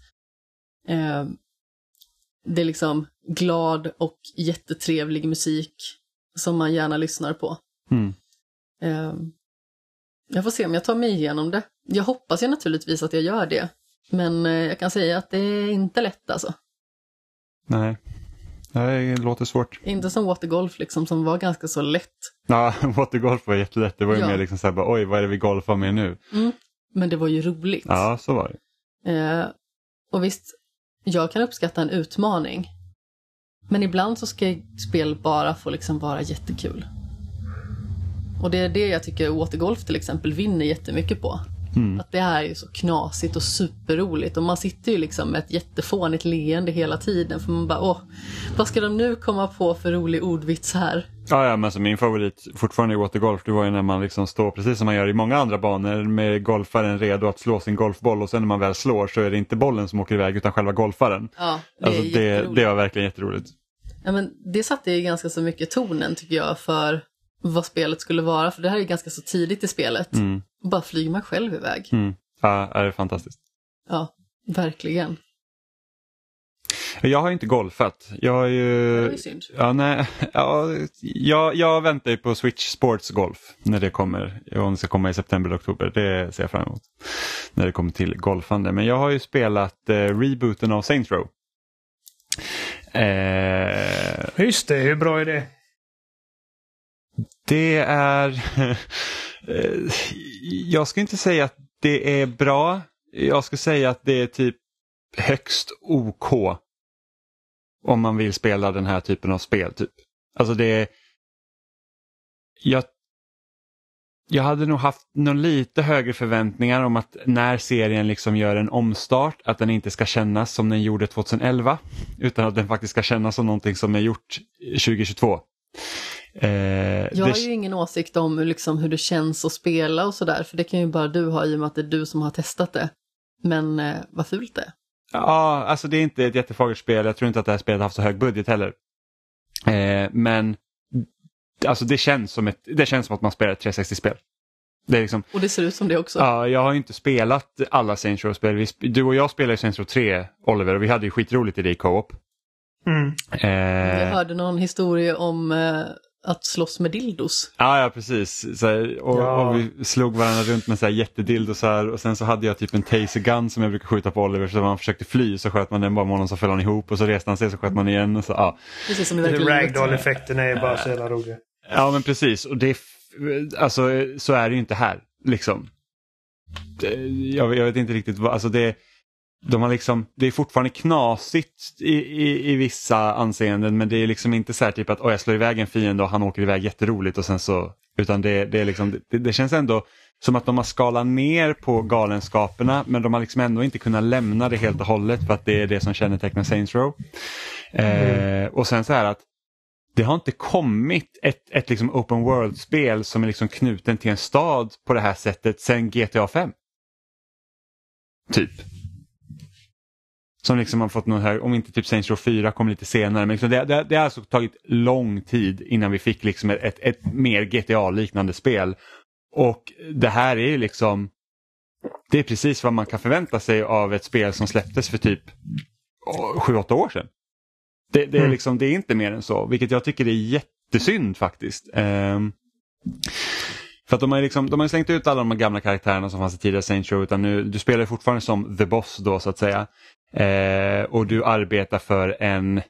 Det är liksom glad och jättetrevlig musik som man gärna lyssnar på. Mm. Jag får se om jag tar mig igenom det. Jag hoppas ju naturligtvis att jag gör det. Men jag kan säga att det är inte lätt alltså. Nej, det låter svårt. Inte som Watergolf liksom, som var ganska så lätt. Ja, Watergolf var jättelätt. Det var ju Ja. mer liksom så här, bara, oj, vad är det vi golfar med nu? Mm. Men det var ju roligt. Ja, så var det. Och visst, jag kan uppskatta en utmaning. Men ibland så ska spel bara få liksom vara jättekul. Och det är det jag tycker Watergolf till exempel vinner jättemycket på. Mm. Att det här är ju så knasigt och superroligt. Och man sitter ju liksom med ett jättefånigt leende hela tiden. För man bara, vad ska de nu komma på för rolig ordvits här? Ja, men alltså min favorit fortfarande i Watergolf, det var ju när man liksom står precis som man gör i många andra banor med golfaren redo att slå sin golfboll och sen när man väl slår så är det inte bollen som åker iväg utan själva golfaren. Ja, alltså det var verkligen jätteroligt. Ja, men det satte ju ganska så mycket tonen tycker jag för vad spelet skulle vara. För det här är ju ganska så tidigt i spelet. Mm. Och bara flyger man själv iväg. Mm. Ja, det är fantastiskt. Ja, verkligen. Jag har inte golfat. Jag har ju... Det är synd. Ja, nej. Ja, jag väntar ju på Switch Sports Golf när det kommer. Om det ska komma i september eller oktober. Det ser jag fram emot. När det kommer till golfande. Men jag har ju spelat rebooten av Saints Row. Just det, hur bra är det? Det är... jag ska inte säga att det är bra. Jag ska säga att det är typ högst OK om man vill spela den här typen av spel typ. Alltså det är... Jag hade nog haft någon lite högre förväntningar om att när serien liksom gör en omstart att den inte ska kännas som den gjorde 2011 utan att den faktiskt ska kännas som någonting som är gjort 2022. Jag har ju ingen åsikt om liksom hur det känns att spela och sådär, för det kan ju bara du ha i och med att det är du som har testat det. Men vad fult det är. Ja, alltså det är inte ett jättefagert spel. Jag tror inte att det här spelet har haft så hög budget heller. Men alltså det känns som att man spelar ett 360-spel. Det är liksom, och det ser ut som det också. Ja, jag har inte spelat alla Saints Row-spel. Du och jag spelade Saints Row 3, Oliver, och vi hade ju skitroligt i det i co-op. Jag hörde någon historia om att slåss med dildos. Ja, precis. Så här, och vi slog varandra runt med så här jättedildos här, och sen så hade jag typ en taser gun som jag brukar skjuta på Oliver, så när man försökte fly så sköt man den bara med honom, så föll han ihop och så reste han sig så sköt man igen och så, ja. Precis som i ragdoll-effekten är bara så jävla rolig. Ja, men precis, och det alltså så är det ju inte här liksom. Jag vet inte riktigt vad, alltså de har liksom, det är fortfarande knasigt i vissa anseenden, men det är liksom inte så här typ att jag slår iväg en fiende och han åker iväg jätteroligt och sen så, utan det är liksom, det känns ändå som att de har skalat ner på galenskaperna, men de har liksom ändå inte kunnat lämna det helt och hållet för att det är det som kännetecknar Saints Row. Och sen så här att det har inte kommit ett liksom open world-spel som är liksom knuten till en stad på det här sättet sedan GTA 5. Typ. Som liksom har fått någon här, om inte typ Saints Row 4 kom lite senare, men liksom det har alltså tagit lång tid innan vi fick liksom ett mer GTA-liknande spel. Och det här är ju liksom, det är precis vad man kan förvänta sig av ett spel som släpptes för typ 7-8 år sedan. Det är liksom, det är inte mer än så, vilket jag tycker är jättesynd faktiskt. För att de har slängt ut alla de gamla karaktärerna som fanns i tidigare Saints Row, utan nu, du spelar fortfarande som The Boss då så att säga. Och du arbetar för en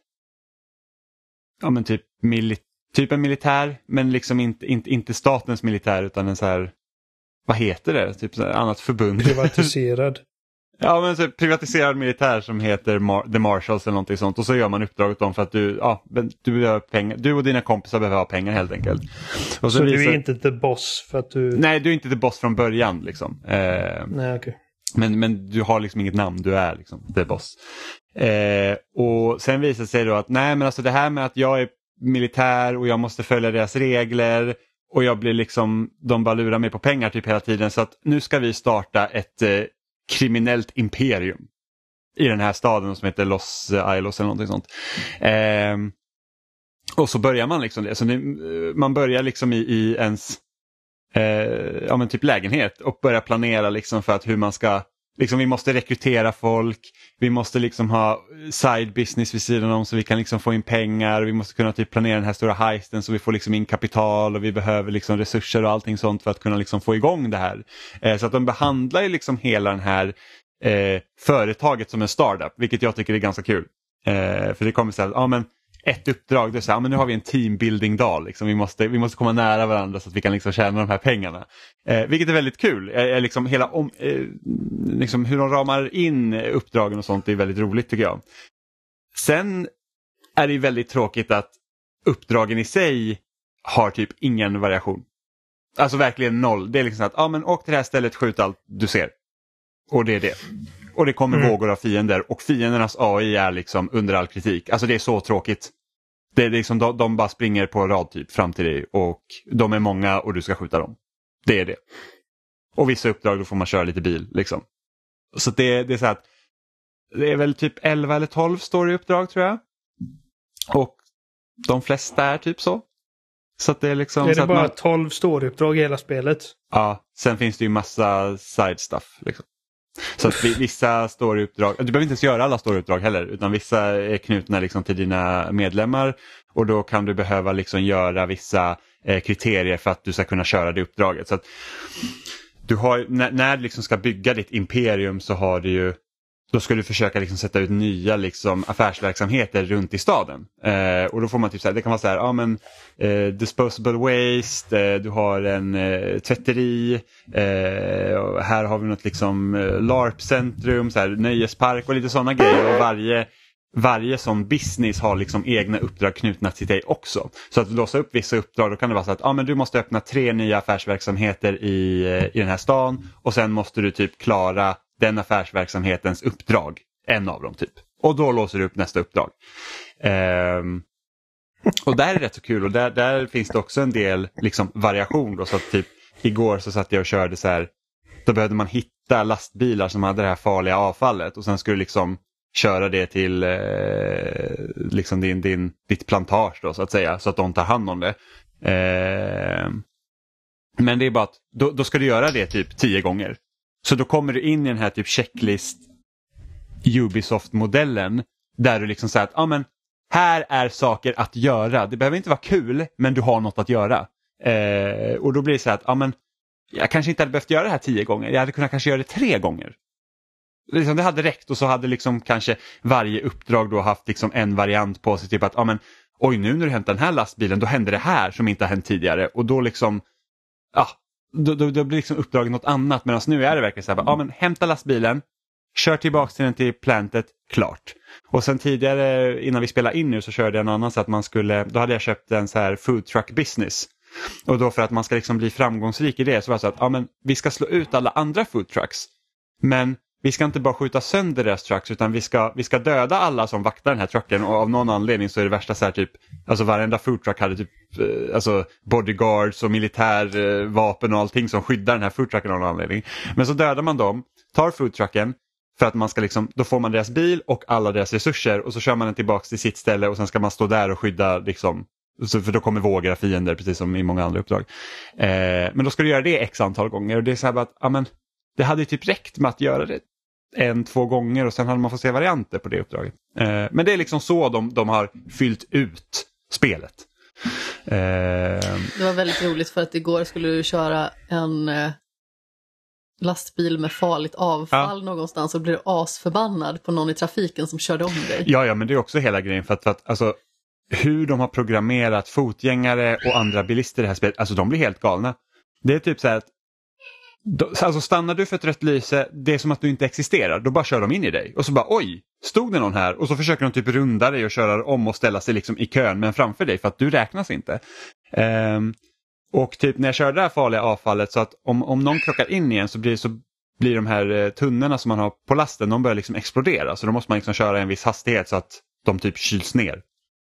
typ en militär, men liksom inte statens militär, utan en så här, vad heter det? Typ så här, annat förbund. Privatiserad. Ja, men så privatiserad militär som heter The Marshals eller någonting sånt, och så gör man uppdraget om för att du behöver pengar, du och dina kompisar behöver ha pengar helt enkelt. Och så du är inte the boss för att du... Nej, du är inte the boss från början liksom. Nej, okej. Men du har liksom inget namn, du är liksom the boss. Och sen visar det sig då att nej, men alltså det här med att jag är militär och jag måste följa deras regler och jag blir liksom, de bara lurar mig på pengar typ hela tiden, så att nu ska vi starta ett kriminellt imperium i den här staden som heter Los Ilos eller någonting sånt. Och så börjar man liksom det. Så man börjar liksom i ens typ lägenhet och börjar planera liksom för att hur man ska, liksom vi måste rekrytera folk, vi måste liksom ha side business vid sidan om så vi kan liksom få in pengar, vi måste kunna typ planera den här stora heisten så vi får liksom in kapital och vi behöver liksom resurser och allting sånt för att kunna liksom få igång det här. Så att de behandlar ju liksom hela den här företaget som en startup, vilket jag tycker är ganska kul. För det kommer så här, men ett uppdrag, det är så här, men nu har vi en teambuilding dag liksom. vi måste komma nära varandra så att vi kan liksom tjäna de här pengarna. Vilket är väldigt kul. Liksom hela liksom hur de ramar in uppdragen och sånt är väldigt roligt tycker jag. Sen är det väldigt tråkigt att uppdragen i sig har typ ingen variation. Alltså verkligen noll. Det är liksom att men åk till det här stället, skjut allt du ser. Och det är det. Och det kommer vågor av fiender. Och fiendernas AI är liksom under all kritik. Alltså det är så tråkigt. Det är liksom, de bara springer på rad typ fram till dig. Och de är många och du ska skjuta dem. Det är det. Och vissa uppdrag då får man köra lite bil liksom. Så det är så att det är väl typ 11 eller 12 storyuppdrag tror jag. Och de flesta är typ så. Så att det är liksom... Är så det att bara 12 storyuppdrag i hela spelet? Ja, sen finns det ju massa side stuff liksom. Så att vissa storyuppdrag, du behöver inte ens göra alla storyuppdrag heller, utan vissa är knutna liksom till dina medlemmar och då kan du behöva liksom göra vissa kriterier för att du ska kunna köra det uppdraget. Så att du har, när du liksom ska bygga ditt imperium så har du ju, då ska du försöka liksom sätta ut nya liksom affärsverksamheter runt i staden. Och då får man typ så här, det kan vara så här, ja men disposable waste, du har en tvätteri, här har vi något liksom LARP-centrum, så här, nöjespark och lite sådana grejer. Och varje sån business har liksom egna uppdrag knutna till dig också. Så att låsa upp vissa uppdrag, då kan det vara så att men du måste öppna 3 nya affärsverksamheter i den här stan och sen måste du typ klara den affärsverksamhetens uppdrag, en av dem typ. Och då låser du upp nästa uppdrag. Och där är det rätt så kul och där finns det också en del liksom variation då, så att typ igår så satt jag och körde så här, då behövde man hitta lastbilar som hade det här farliga avfallet och sen skulle du liksom köra det till liksom ditt plantage då så att säga, så att de tar hand om det. Men det är bara att då ska du göra det typ 10 gånger. Så då kommer du in i den här typ checklist Ubisoft-modellen där du liksom säger att men här är saker att göra. Det behöver inte vara kul, men du har något att göra. Och då blir det så att men jag kanske inte hade behövt göra det här 10 gånger. Jag hade kunnat kanske göra det 3 gånger. Liksom det hade räckt och så hade liksom kanske varje uppdrag då haft liksom en variant på sig. Typ att oj, nu när du hämtar den här lastbilen då händer det här som inte har hänt tidigare. Och då liksom då blir liksom uppdraget något annat. Medan nu är det verkligen så här, men hämta lastbilen, kör tillbaka till den till plantet, klart. Och sen tidigare innan vi spelade in nu så körde jag en annan så att då hade jag köpt en så här food truck business. Och då för att man ska liksom bli framgångsrik i det så var det så att men vi ska slå ut alla andra food trucks. Men vi ska inte bara skjuta sönder deras trucks utan vi ska döda alla som vaktar den här trucken och av någon anledning så är det värsta så här typ, alltså varenda food truck hade typ alltså bodyguards och militärvapen och allting som skyddar den här food trucken av någon anledning. Men så dödar man dem, tar food trucken för att man ska liksom, då får man deras bil och alla deras resurser och så kör man den tillbaka till sitt ställe och sen ska man stå där och skydda liksom, för då kommer vågra fiender precis som i många andra uppdrag. Men då ska du göra det x antal gånger och det är så här att det hade ju typ räckt med att göra det 1-2 gånger och sen hade man fått se varianter på det uppdraget. Men det är liksom så de har fyllt ut spelet. Det var väldigt roligt för att igår skulle du köra en lastbil med farligt avfall någonstans och blev asförbannad på någon i trafiken som körde om dig. Ja, men det är också hela grejen för att alltså, hur de har programmerat fotgängare och andra bilister i det här spelet, alltså de blir helt galna. Det är typ så här att alltså stannar du för ett rött lyse, det är som att du inte existerar. Då bara kör de in i dig. Och så bara, oj, stod det någon här? Och så försöker de typ runda dig och köra om och ställa sig liksom i kön men framför dig för att du räknas inte. Och typ när jag körde det här farliga avfallet så att om någon krockar in igen så blir de här tunnorna som man har på lasten, de börjar liksom explodera. Så då måste man liksom köra en viss hastighet så att de typ kyls ner.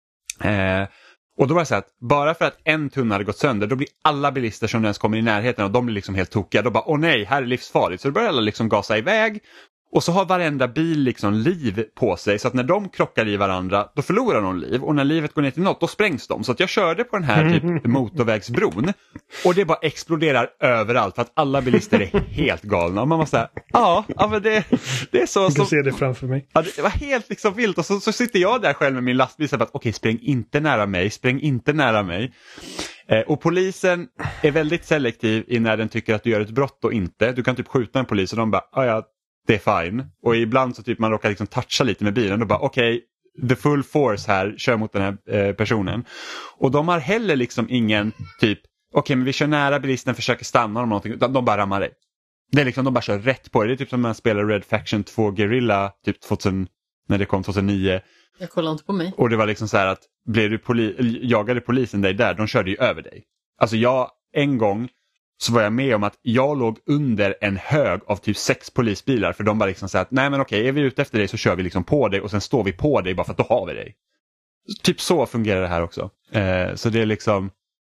Och då var det så att bara för att en tunna hade gått sönder, då blir alla bilister som ens kommer i närheten och de blir liksom helt tokiga. Då bara, åh nej, här är livsfarligt. Så då börjar alla liksom gasa iväg. Och så har varenda bil liksom liv på sig. Så att när de krockar i varandra, då förlorar de liv. Och när livet går ner till något, då sprängs de. Så att jag körde på den här typ motorvägsbron. Och det bara exploderar överallt. För att alla bilister är helt galna. Och man var så här, ja men det är så. Jag kan se det framför mig. Ja, det var helt liksom vilt. Och så sitter jag där själv med min lastbil. Så att okej, spräng inte nära mig. Och polisen är väldigt selektiv i när den tycker att du gör ett brott och inte. Du kan typ skjuta en polis och de bara, ja, det är fine. Och ibland så typ man råkar liksom toucha lite med bilen och bara okej, the full force här, kör mot den här personen. Och de har heller liksom ingen typ, okej, men vi kör nära bilisten, försöker stanna om någonting, de bara rammar dig. Det är liksom, de bara kör rätt på det. Det är typ som när man spelar Red Faction 2 Guerrilla typ 2000, när det kom 2009. Jag kollar inte på mig. Och det var liksom så här att blev du jagade polisen dig där, de körde ju över dig. Alltså en gång så var jag med om att jag låg under en hög av typ 6 polisbilar. För de bara liksom så att nej men okej, är vi ute efter dig så kör vi liksom på dig och sen står vi på dig bara för att då har vi dig. Typ så fungerar det här också. Så det är liksom,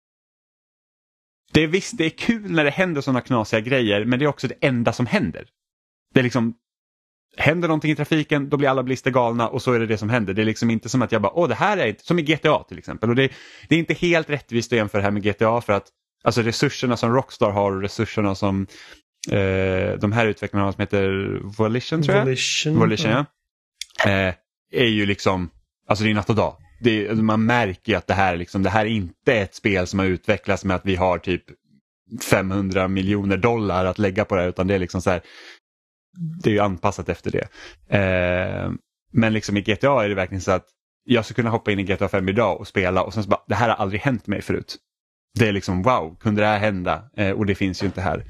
det är kul när det händer sådana knasiga grejer, men det är också det enda som händer. Det är liksom, händer någonting i trafiken, då blir alla bilister galna och så är det som händer. Det är liksom inte som att jag bara, det här är inte, som i GTA till exempel. Och det är inte helt rättvist att jämföra det här med GTA för att alltså resurserna som Rockstar har och resurserna som de här utvecklarna som heter Volition, tror jag. Volition, ja. Är ju liksom, alltså det är natt och dag. Man märker ju att det här är inte ett spel som har utvecklats med att vi har typ $500 miljoner att lägga på det, utan det är liksom så här, det är ju anpassat efter det. Men liksom i GTA är det verkligen så att jag skulle kunna hoppa in i GTA 5 idag och spela och sen så bara, det här har aldrig hänt mig förut. Det är liksom, wow, kunde det här hända? Och det finns ju inte här.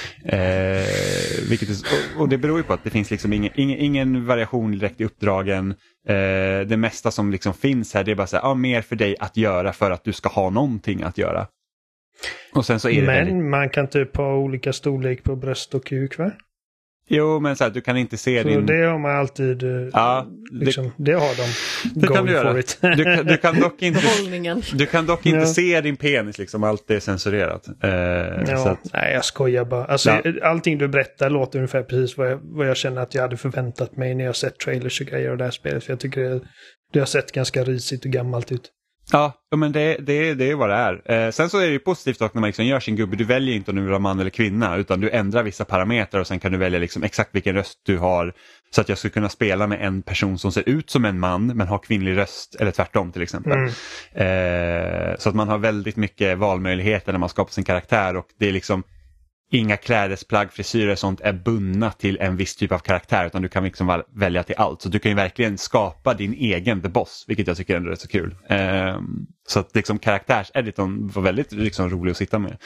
Och det beror ju på att det finns liksom ingen variation direkt i uppdragen. Det mesta som liksom finns här, det är bara så här, mer för dig att göra för att du ska ha någonting att göra. Och sen så är det man kan typ ha olika storlek på bröst och kuk, va? Jo, men så här, du kan inte se så din... det har man alltid... det har de. Det kan du göra. Du kan dock inte, du kan dock inte se din penis, liksom. Allt är censurerat. Så att... Nej, jag skojar bara. Alltså, allting du berättar låter ungefär precis vad jag känner att jag hade förväntat mig när jag sett trailers och grejer och det här spelet. För jag tycker det har sett ganska risigt och gammalt ut. Ja, men det är vad det är. Sen så är det ju positivt också när man liksom gör sin gubbe. Du väljer inte om du vill vara man eller kvinna, utan du ändrar vissa parametrar och sen kan du välja liksom exakt vilken röst du har. Så att jag skulle kunna spela med en person som ser ut som en man men har kvinnlig röst, eller tvärtom till exempel. Så att man har väldigt mycket valmöjligheter när man skapar sin karaktär, och det är liksom inga klädesplagg, frisyrer och sånt är bundna till en viss typ av karaktär, utan du kan liksom välja till allt. Så du kan ju verkligen skapa din egen The Boss, vilket jag tycker ändå är så kul. Så att liksom karaktärseditorn var väldigt liksom rolig att sitta med.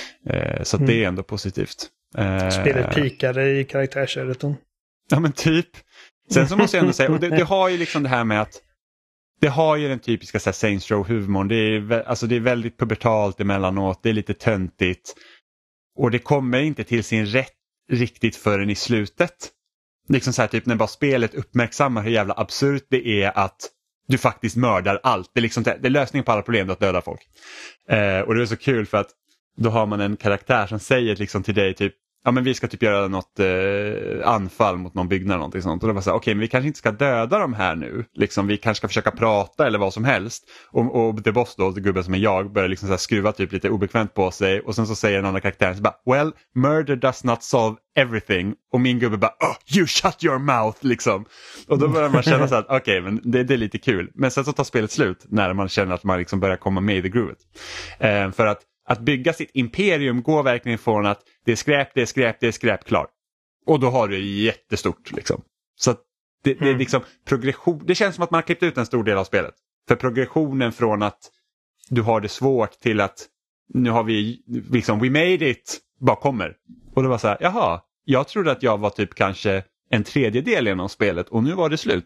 Så att det är ändå positivt. Spelet pikade i karaktärseditorn. Ja, men typ. Sen så måste jag ändå säga, och det har ju liksom det här med att det har ju den typiska så här, Saints Row-humorn. Det är väldigt pubertalt emellanåt, det är lite töntigt. Och det kommer inte till sin rätt riktigt förrän i slutet. Liksom så här, typ när bara spelet uppmärksammar hur jävla absurt det är att du faktiskt mördar allt. Det är, liksom, det är lösningen på alla problem, att döda folk. Och det är så kul för att då har man en karaktär som säger liksom till dig typ, ja men vi ska typ göra något anfall mot någon byggnad eller någonting sånt. Och då var så här, okej, men vi kanske inte ska döda dem här nu. Liksom, vi kanske ska försöka prata eller vad som helst. Och The Boss då, gubben som är jag, börjar liksom så här skruva typ lite obekvämt på sig. Och sen så säger den andra karaktären så bara, well, murder does not solve everything. Och min gubbe bara, oh, you shut your mouth, liksom. Och då börjar man känna så att okej, men det är lite kul. Men sen så tar spelet slut när man känner att man liksom börjar komma med i the groovet. För att bygga sitt imperium går verkligen från att det är skräp, klart. Och då har du jättestort liksom. Så att det är liksom progression. Det känns som att man har klippt ut en stor del av spelet. För progressionen från att du har det svårt till att nu har vi liksom, we made it, bara kommer. Och det var så här, jaha, jag trodde att jag var typ kanske en tredjedel genom spelet och nu var det slut.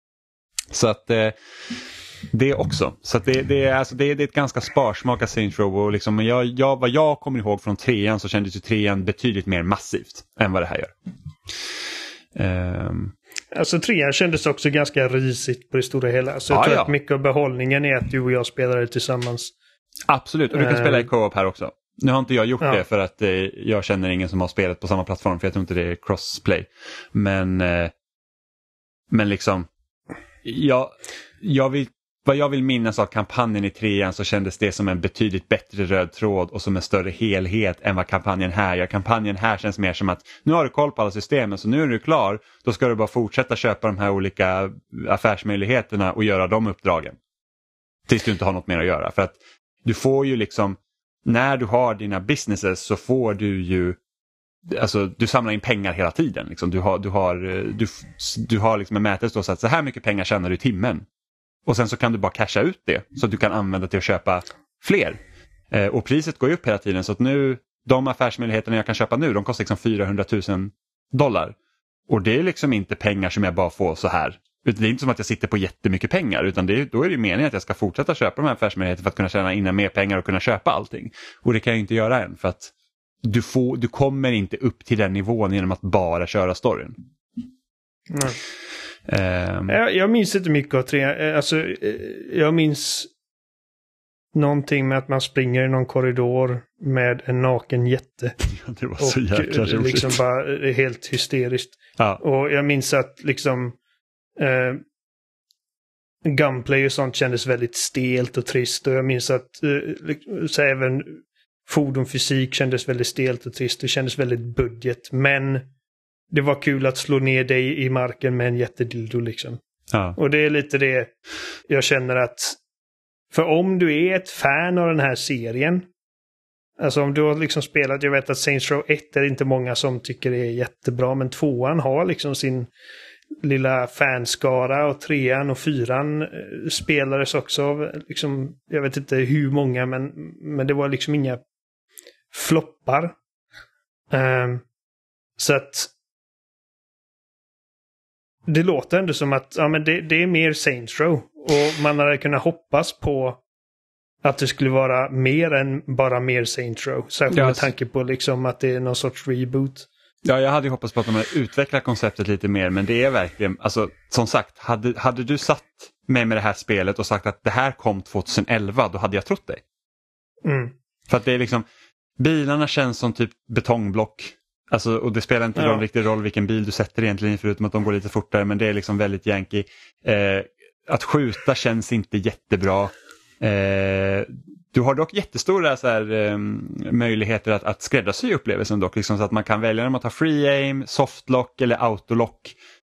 Så att det också. Så att det är ett ganska sparsmakat Saints Row, och liksom, vad jag kommer ihåg från 3:an så kändes ju 3:an betydligt mer massivt än vad det här gör. Alltså 3:an kändes också ganska risigt på det stora hela. Så jag tror att mycket av behållningen är att du och jag spelade tillsammans. Absolut, och du kan spela i co-op här också. Nu har inte jag gjort det för att jag känner ingen som har spelat på samma plattform, för jag tror inte det är crossplay. Men liksom vad jag vill minnas av kampanjen i 3:an så kändes det som en betydligt bättre röd tråd och som en större helhet än vad kampanjen här gör. Kampanjen här känns mer som att nu har du koll på alla systemen, så nu är du klar. Då ska du bara fortsätta köpa de här olika affärsmöjligheterna och göra de uppdragen. Tills du inte har något mer att göra. För att du får ju liksom, när du har dina businesses så får du ju, alltså du samlar in pengar hela tiden. Liksom. Du har liksom en mätare så att så här mycket pengar tjänar du i timmen. Och sen så kan du bara casha ut det så att du kan använda till att köpa fler. Och priset går ju upp hela tiden, så att nu, de affärsmöjligheterna jag kan köpa nu, de kostar liksom $400,000. Och det är liksom inte pengar som jag bara får så här. Det är inte som att jag sitter på jättemycket pengar, utan då är det meningen att jag ska fortsätta köpa de här affärsmöjligheterna för att kunna tjäna in mer pengar och kunna köpa allting. Och det kan jag inte göra än, för att du kommer inte upp till den nivån genom att bara köra storyn. Jag minns inte mycket av 3. Alltså, jag minns någonting med att man springer i någon korridor med en naken jätte. Ja, det var så jäkla roligt. Liksom bara helt hysteriskt. Ja. Och jag minns att liksom gunplay och sånt kändes väldigt stelt och trist. Och jag minns att så även fordonfysik kändes väldigt stelt och trist. Det kändes väldigt budget. Men det var kul att slå ner dig i marken med en jättedildo liksom. Ja. Och det är lite det jag känner att... För om du är ett fan av den här serien, alltså om du har liksom spelat, jag vet att Saints Row 1 är det inte många som tycker det är jättebra, men 2:an har liksom sin lilla fanskara och 3:an och 4:an spelades också av liksom, jag vet inte hur många, men det var liksom inga floppar. Så att det låter ändå som att ja, men det är mer Saints Row. Och man hade kunnat hoppas på att det skulle vara mer än bara mer Saints Row. Särskilt med tanke på liksom att det är någon sorts reboot. Ja, jag hade hoppats på att de hade utvecklat konceptet lite mer. Men det är verkligen, alltså som sagt, hade du satt mig med det här spelet och sagt att det här kom 2011, då hade jag trott dig. Mm. För att det är liksom, bilarna känns som typ betongblock. Alltså, och det spelar inte någon riktig roll vilken bil du sätter egentligen, förutom att de går lite fortare, men det är liksom väldigt yankee. Att skjuta känns inte jättebra. Du har dock jättestora så här, möjligheter att skräddarsy upplevelsen dock, liksom, så att man kan välja om att ha free aim, softlock eller autolock.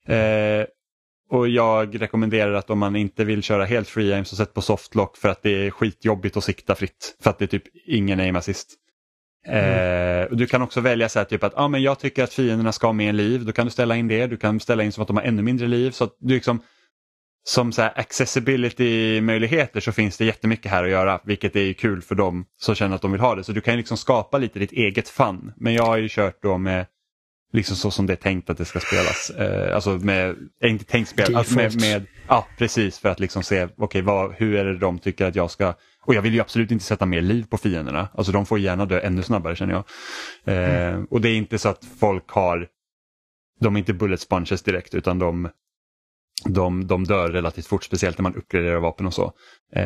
Och jag rekommenderar att om man inte vill köra helt free aim så sätt på softlock, för att det är skitjobbigt att sikta fritt, för att det är typ ingen aim assist. Och du kan också välja så här, typ att men jag tycker att fienderna ska ha mer liv, då kan du ställa in det. Du kan ställa in som att de har ännu mindre liv, så att du liksom, som så här accessibility-möjligheter så finns det jättemycket här att göra, vilket är ju kul för dem som känner att de vill ha det. Så du kan liksom skapa lite ditt eget fun. Men jag har ju kört då med liksom så som det är tänkt att det ska spelas. Alltså med, inte tänkt spel, alltså med precis, för att liksom se hur är det de tycker att jag ska. Och jag vill ju absolut inte sätta mer liv på fienderna. Alltså de får gärna dö ännu snabbare, känner jag. Och det är inte så att folk de är inte bullet sponges direkt, utan de dör relativt fort, speciellt när man uppgraderar vapen och så.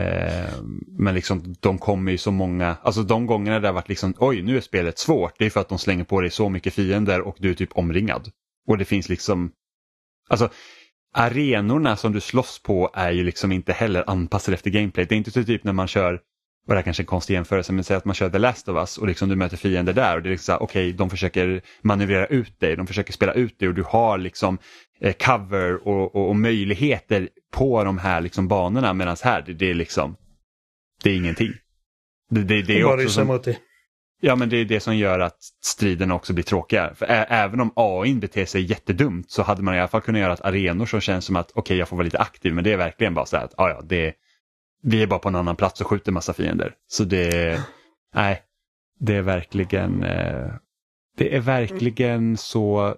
Men liksom de kommer ju så många, alltså de gångerna det har varit liksom, oj nu är spelet svårt, det är för att de slänger på dig så mycket fiender och du är typ omringad. Och det finns liksom, alltså arenorna som du slåss på är ju liksom inte heller anpassade efter gameplay. Det är inte så typ när man kör, och det är kanske en konstig jämförelse, men säg att man kör The Last of Us och liksom du möter fiender där och det är liksom okej, de försöker manövrera ut dig, de försöker spela ut dig och du har liksom cover och möjligheter på de här liksom banorna, medan här det är liksom, det är ingenting. Det är också som, ja, men det är det som gör att striden också blir tråkigare. För även om AI beter sig jättedumt så hade man i alla fall kunnat göra att arenor som känns som att okej, jag får vara lite aktiv, men det är verkligen bara så här att vi är bara på en annan plats och skjuter massa fiender. Så det är verkligen så,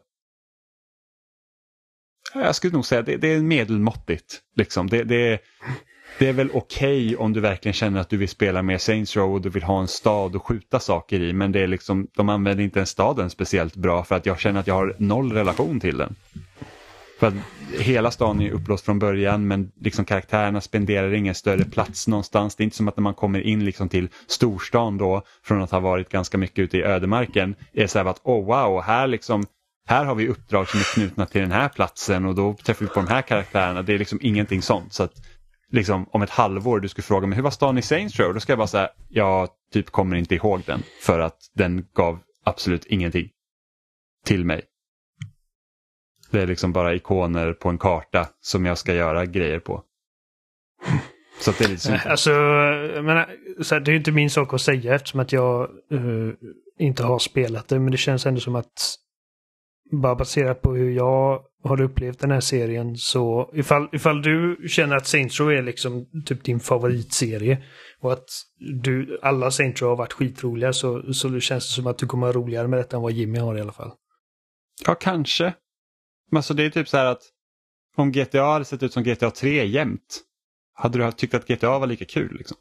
jag skulle nog säga det är medelmåttigt liksom. Det är väl okej om du verkligen känner att du vill spela mer Saints Row och du vill ha en stad och skjuta saker i, men det är liksom, de använder inte en staden speciellt bra, för att jag känner att jag har noll relation till den. För att hela stan är upplåst från början, men liksom karaktärerna spenderar ingen större plats någonstans. Det är inte som att när man kommer in liksom till storstan då, från att ha varit ganska mycket ute i ödemarken, är så här att wow, här har vi uppdrag som är knutna till den här platsen och då träffar vi på de här karaktärerna. Det är liksom ingenting sånt. Så att liksom, om ett halvår du skulle fråga mig hur var stan i Saints Row, då ska jag bara säga jag typ kommer inte ihåg den, för att den gav absolut ingenting till mig. Det är liksom bara ikoner på en karta som jag ska göra grejer på. Så att det är lite synd. Alltså, men, så här, det är ju inte min sak att säga eftersom att jag inte har spelat det, men det känns ändå som att bara baserat på hur jag har upplevt den här serien, så ifall du känner att Saints Row är liksom typ din favoritserie och att alla Saints Row har varit skitroliga, så det känns det som att du kommer ha roligare med detta än vad Jimmy har i alla fall. Ja, kanske. Men så det är typ så här att om GTA hade sett ut som GTA 3 jämt, hade du tyckt att GTA var lika kul liksom?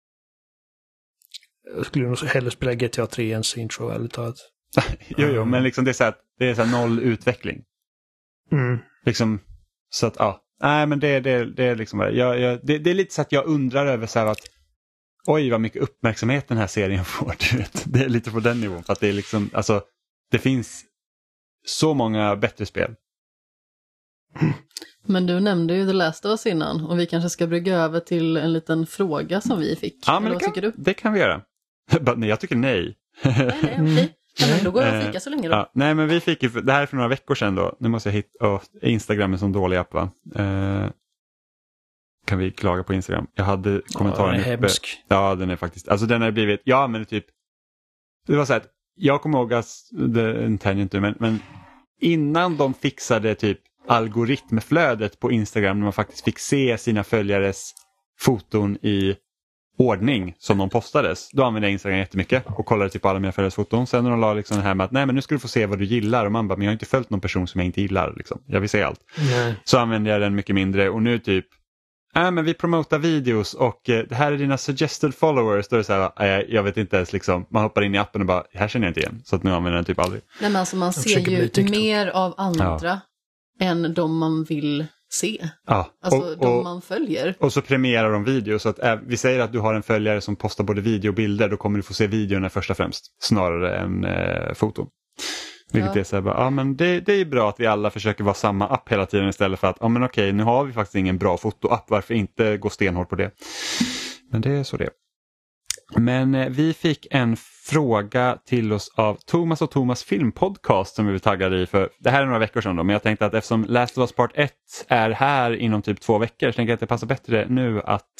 Jag skulle nog hellre spela GTA 3 än Saints Row, ärligt talat. jo, men liksom det är så här noll utveckling. Liksom, så att nej, men det är liksom det är lite så att jag undrar över så här att oj, vad mycket uppmärksamhet den här serien får, du vet. Det är lite på den nivån, för att det är liksom, alltså det finns så många bättre spel. Men du nämnde ju The Last of Us innan, och vi kanske ska brygga över till en liten fråga som vi fick. Ja, men det kan vi göra. Nej, jag tycker nej. Nej, okej. Ja, men då går jag och fika så länge då. Ja, nej, men vi fick ju, det här är för några veckor sedan då. Nu måste jag hitta, Instagram är en sån dålig app, va? Kan vi klaga på Instagram? Jag hade kommentaren den är uppe. hemsk. Ja, den är faktiskt, alltså den har blivit, ja men typ, det var så att jag kommer ihåg att, det är en tangent nu, men innan de fixade typ algoritmflödet på Instagram, när man faktiskt fick se sina följares foton i ordning som de postades, då använde jag Instagram jättemycket och kollade typ alla mina följares foton. Sen när de la liksom det här med att nej, men nu ska du få se vad du gillar, och man bara, men jag har inte följt någon person som jag inte gillar liksom. Jag vill se allt. Nej. Så använde jag den mycket mindre, och nu typ men vi promotar videos och det här är dina suggested followers. Då är det så här, jag vet inte ens liksom, man hoppar in i appen och bara, här känner jag inte igen. Så att nu använder jag den typ aldrig. Nej, men alltså man ser ju mer av andra än de man vill se. Ja. Alltså de man följer. Och så premierar de video, så att vi säger att du har en följare som postar både video och bilder, då kommer du få se videorna först och främst, snarare än foton. Vilket är så här, men det är bra att vi alla försöker vara samma app hela tiden, istället för att, men okej, nu har vi faktiskt ingen bra fotoapp, varför inte gå stenhårt på det? Men det är så det. Men vi fick en fråga till oss av Thomas och Thomas filmpodcast som vi var taggade i, för det här är några veckor sedan då, men jag tänkte att eftersom Last of Us Part 1 är här inom typ 2 veckor, så tänker jag att det passar bättre nu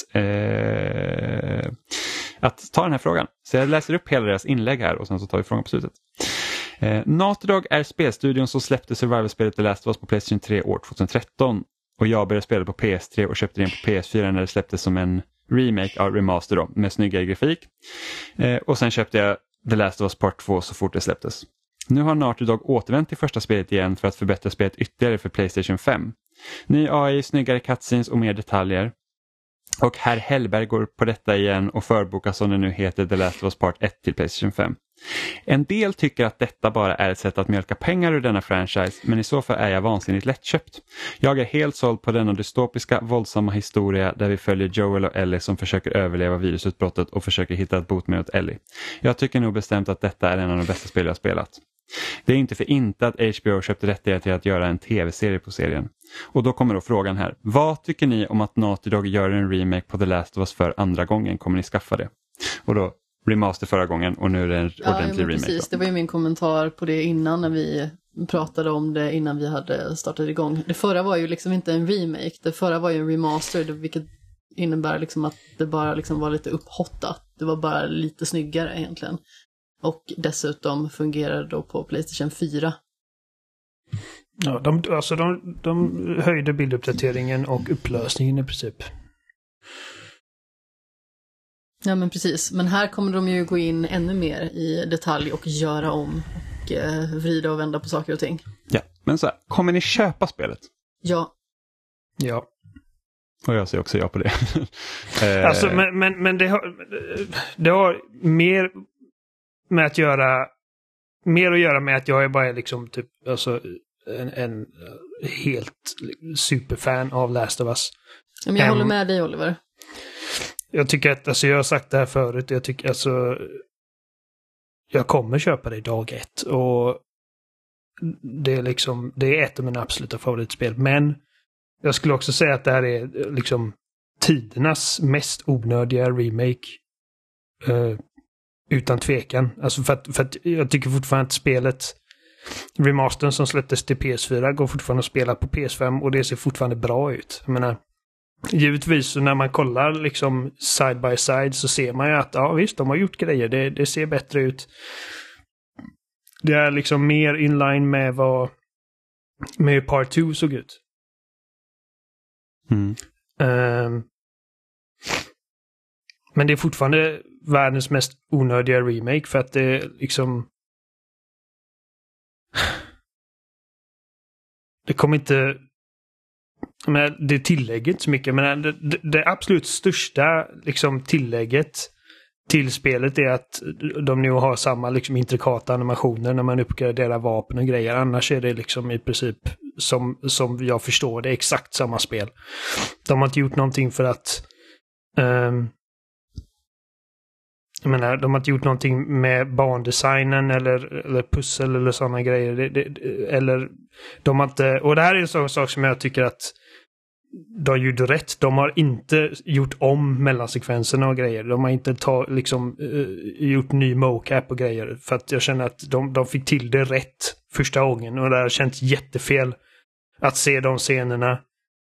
att ta den här frågan. Så jag läser upp hela deras inlägg här och sen så tar vi frågan på slutet. Naughty Dog är spelstudion som släppte survival-spelet The Last of Us på PlayStation 3 år 2013, och jag började spela på PS3 och köpte den på PS4 när det släpptes som en remake av remaster då, med snyggare grafik. Och sen köpte jag The Last of Us Part 2 så fort det släpptes. Nu har Naughty Dog återvänt till första spelet igen för att förbättra spelet ytterligare för PlayStation 5. Ny AI, snyggare cutscenes och mer detaljer. Och herr Hellberg går på detta igen och förbokar som det nu heter The Last of Us Part 1 till PlayStation 5. En del tycker att detta bara är ett sätt att mjölka pengar ur denna franchise, men i så fall är jag vansinnigt lättköpt. Jag är helt såld på denna dystopiska, våldsamma historia där vi följer Joel och Ellie som försöker överleva virusutbrottet och försöker hitta ett botemedel åt Ellie. Jag tycker nog bestämt att detta är en av de bästa spel jag spelat. Det är inte för inte att HBO köpte rättigheter till att göra en tv-serie på serien. Och då kommer då frågan här. Vad tycker ni om att Naughty Dog gör en remake på The Last of Us för andra gången? Kommer ni skaffa det? Och då remaster förra gången och nu är det en ordentlig remake. Precis. Det var ju min kommentar på det innan, när vi pratade om det innan vi hade startat igång. Det förra var ju liksom inte en remake. Det förra var ju en remaster, vilket innebär liksom att det bara liksom var lite upphottat. Det var bara lite snyggare egentligen. Och dessutom fungerar då på PlayStation 4. Ja, de höjde bilduppdateringen och upplösningen i princip. Ja, men precis. Men här kommer de ju gå in ännu mer i detalj och göra om och vrida och vända på saker och ting. Ja, men så här, kommer ni köpa spelet? Ja. Ja. Och jag säger också ja på det. Alltså, men det har mer med att göra med att jag är bara liksom typ alltså en helt superfan av Last of Us. Men jag håller med dig, Oliver. Jag tycker att, alltså jag har sagt det här förut, jag tycker alltså jag kommer köpa det dag 1 och det är liksom, det är ett av mina absoluta favoritspel, men jag skulle också säga att det här är liksom tidernas mest onödiga remake utan tvekan. Alltså för att jag tycker fortfarande att spelet, remastern som släpptes till PS4 går fortfarande att spela på PS5 och det ser fortfarande bra ut. Jag menar, givetvis så när man kollar liksom side by side så ser man ju att ja visst, de har gjort grejer, det ser bättre ut. Det är liksom mer inline med vad med Part 2 såg ut. Men det är fortfarande världens mest onödiga remake för att det är liksom det kommer inte, men det tillägger inte så mycket, men det absolut största liksom tillägget till spelet är att de nu har samma liksom intrikata animationer när man uppgraderar vapen och grejer. Annars är det liksom i princip som jag förstår det exakt samma spel. De har inte gjort någonting för att jag menar, de har inte gjort någonting med bandesignen eller pussel eller sådana grejer. Eller de har inte, och det här är en sån sak som jag tycker att de gjorde rätt. De har inte gjort om mellansekvenserna och grejer. De har inte gjort ny mocap och grejer. För att jag känner att de fick till det rätt första gången. Och det har känts jättefel att se de scenerna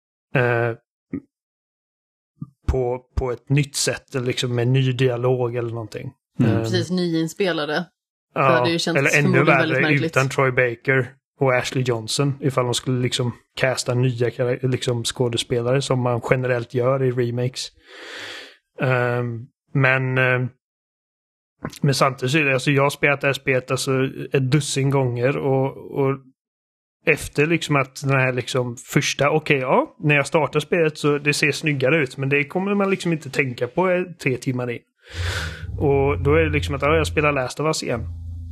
på ett nytt sätt. Eller liksom med ny dialog eller någonting. Precis, nyinspelade. Ja, det hade ju känts eller ännu värre utan Troy Baker och Ashley Johnson, ifall de skulle liksom casta nya liksom skådespelare som man generellt gör i remakes. Men samtidigt så är det, alltså jag har spelat det här spelet alltså ett dussin gånger och efter liksom att den här liksom första, när jag startar spelet så det ser snyggare ut, men det kommer man liksom inte tänka på 3 timmar in. Och då är det liksom att jag spelar Last of Us igen.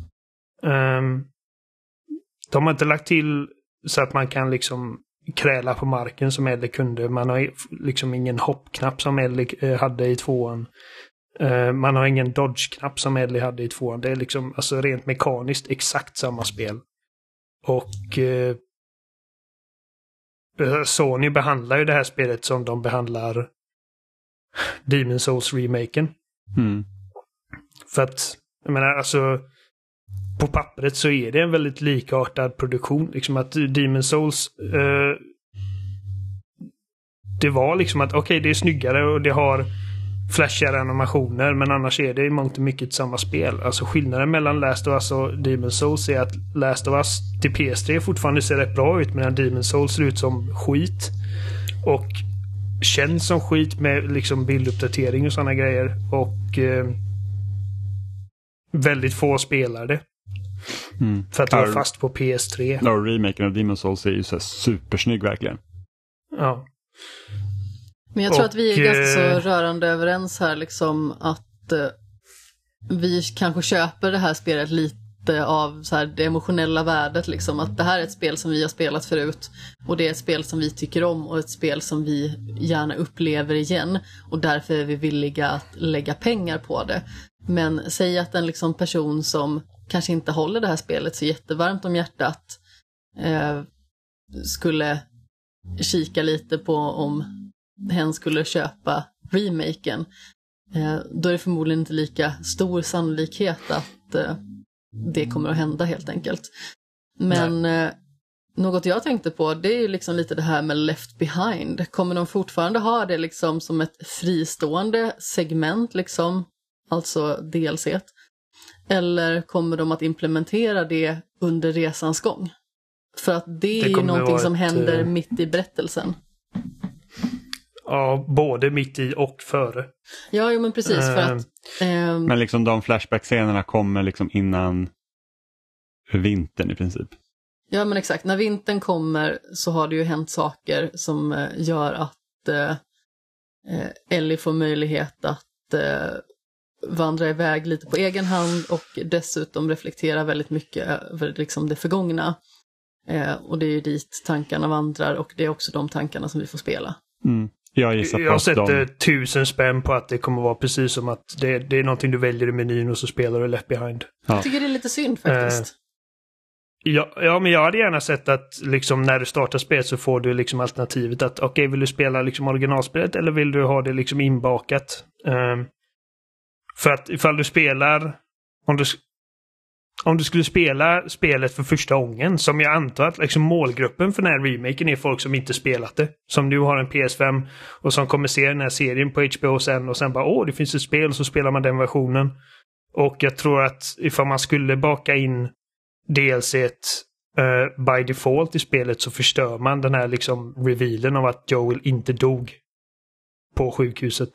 De har inte lagt till så att man kan liksom kräla på marken som Ellie kunde. Man har liksom ingen hoppknapp som Ellie hade i 2:an. Man har ingen dodge-knapp som Ellie hade i 2:an. Det är liksom alltså rent mekaniskt exakt samma spel. Och Sony behandlar ju det här spelet som de behandlar Demon's Souls-remaken. För att, jag menar, alltså på pappret så är det en väldigt likartad produktion. Liksom att Demon's Souls det var liksom att det är snyggare och det har flashigare animationer, men annars är det i mångt och mycket samma spel. Alltså skillnaden mellan Last of Us och Demon's Souls är att Last of Us till PS3 fortfarande ser rätt bra ut, medan Demon's Souls ser ut som skit. Och känns som skit med liksom bilduppdatering och sådana grejer. Och väldigt få spelar det. För att det var fast på PS3. Ja, remaken av Demon's Souls är ju så supersnygg verkligen. Ja. Men jag tror att vi är ganska så rörande överens här liksom att vi kanske köper det här spelet lite av så här det emotionella värdet liksom, att det här är ett spel som vi har spelat förut och det är ett spel som vi tycker om och ett spel som vi gärna upplever igen och därför är vi villiga att lägga pengar på det. Men säg att en liksom person som kanske inte håller det här spelet så jättevarmt om hjärtat skulle kika lite på om hen skulle köpa remaken, då är det förmodligen inte lika stor sannolikhet att det kommer att hända helt enkelt. Men något jag tänkte på, det är ju liksom lite det här med Left Behind. Kommer de fortfarande ha det liksom som ett fristående segment liksom, alltså DLC? Eller kommer de att implementera det under resans gång? För att det är ju någonting som händer mitt i berättelsen. Ja, både mitt i och före. Ja, men precis. För att, men liksom de flashback-scenerna kommer liksom innan vintern i princip. Ja, men exakt. När vintern kommer så har det ju hänt saker som gör att Ellie får möjlighet att vandra iväg lite på egen hand och dessutom reflektera väldigt mycket över liksom det förgångna. Och det är ju dit tankarna vandrar och det är också de tankarna som vi får spela. Jag har sett 1000 spänn på att det kommer vara precis som att det är någonting du väljer i menyn och så spelar du Left Behind. Ja. Jag tycker det är lite synd faktiskt. Ja, men jag hade gärna sett att liksom, när du startar spelet så får du liksom alternativet att vill du spela liksom originalspelet eller vill du ha det liksom inbakat? För att ifall du spelar om du skulle spela spelet för första gången, som jag antar att liksom målgruppen för den här remaken är folk som inte spelat det. Som nu har en PS5 och som kommer se den här serien på HBO sen och sen bara det finns ett spel, så spelar man den versionen. Och jag tror att ifall man skulle baka in DLC-et by default i spelet så förstör man den här liksom revealen av att Joel inte dog på sjukhuset.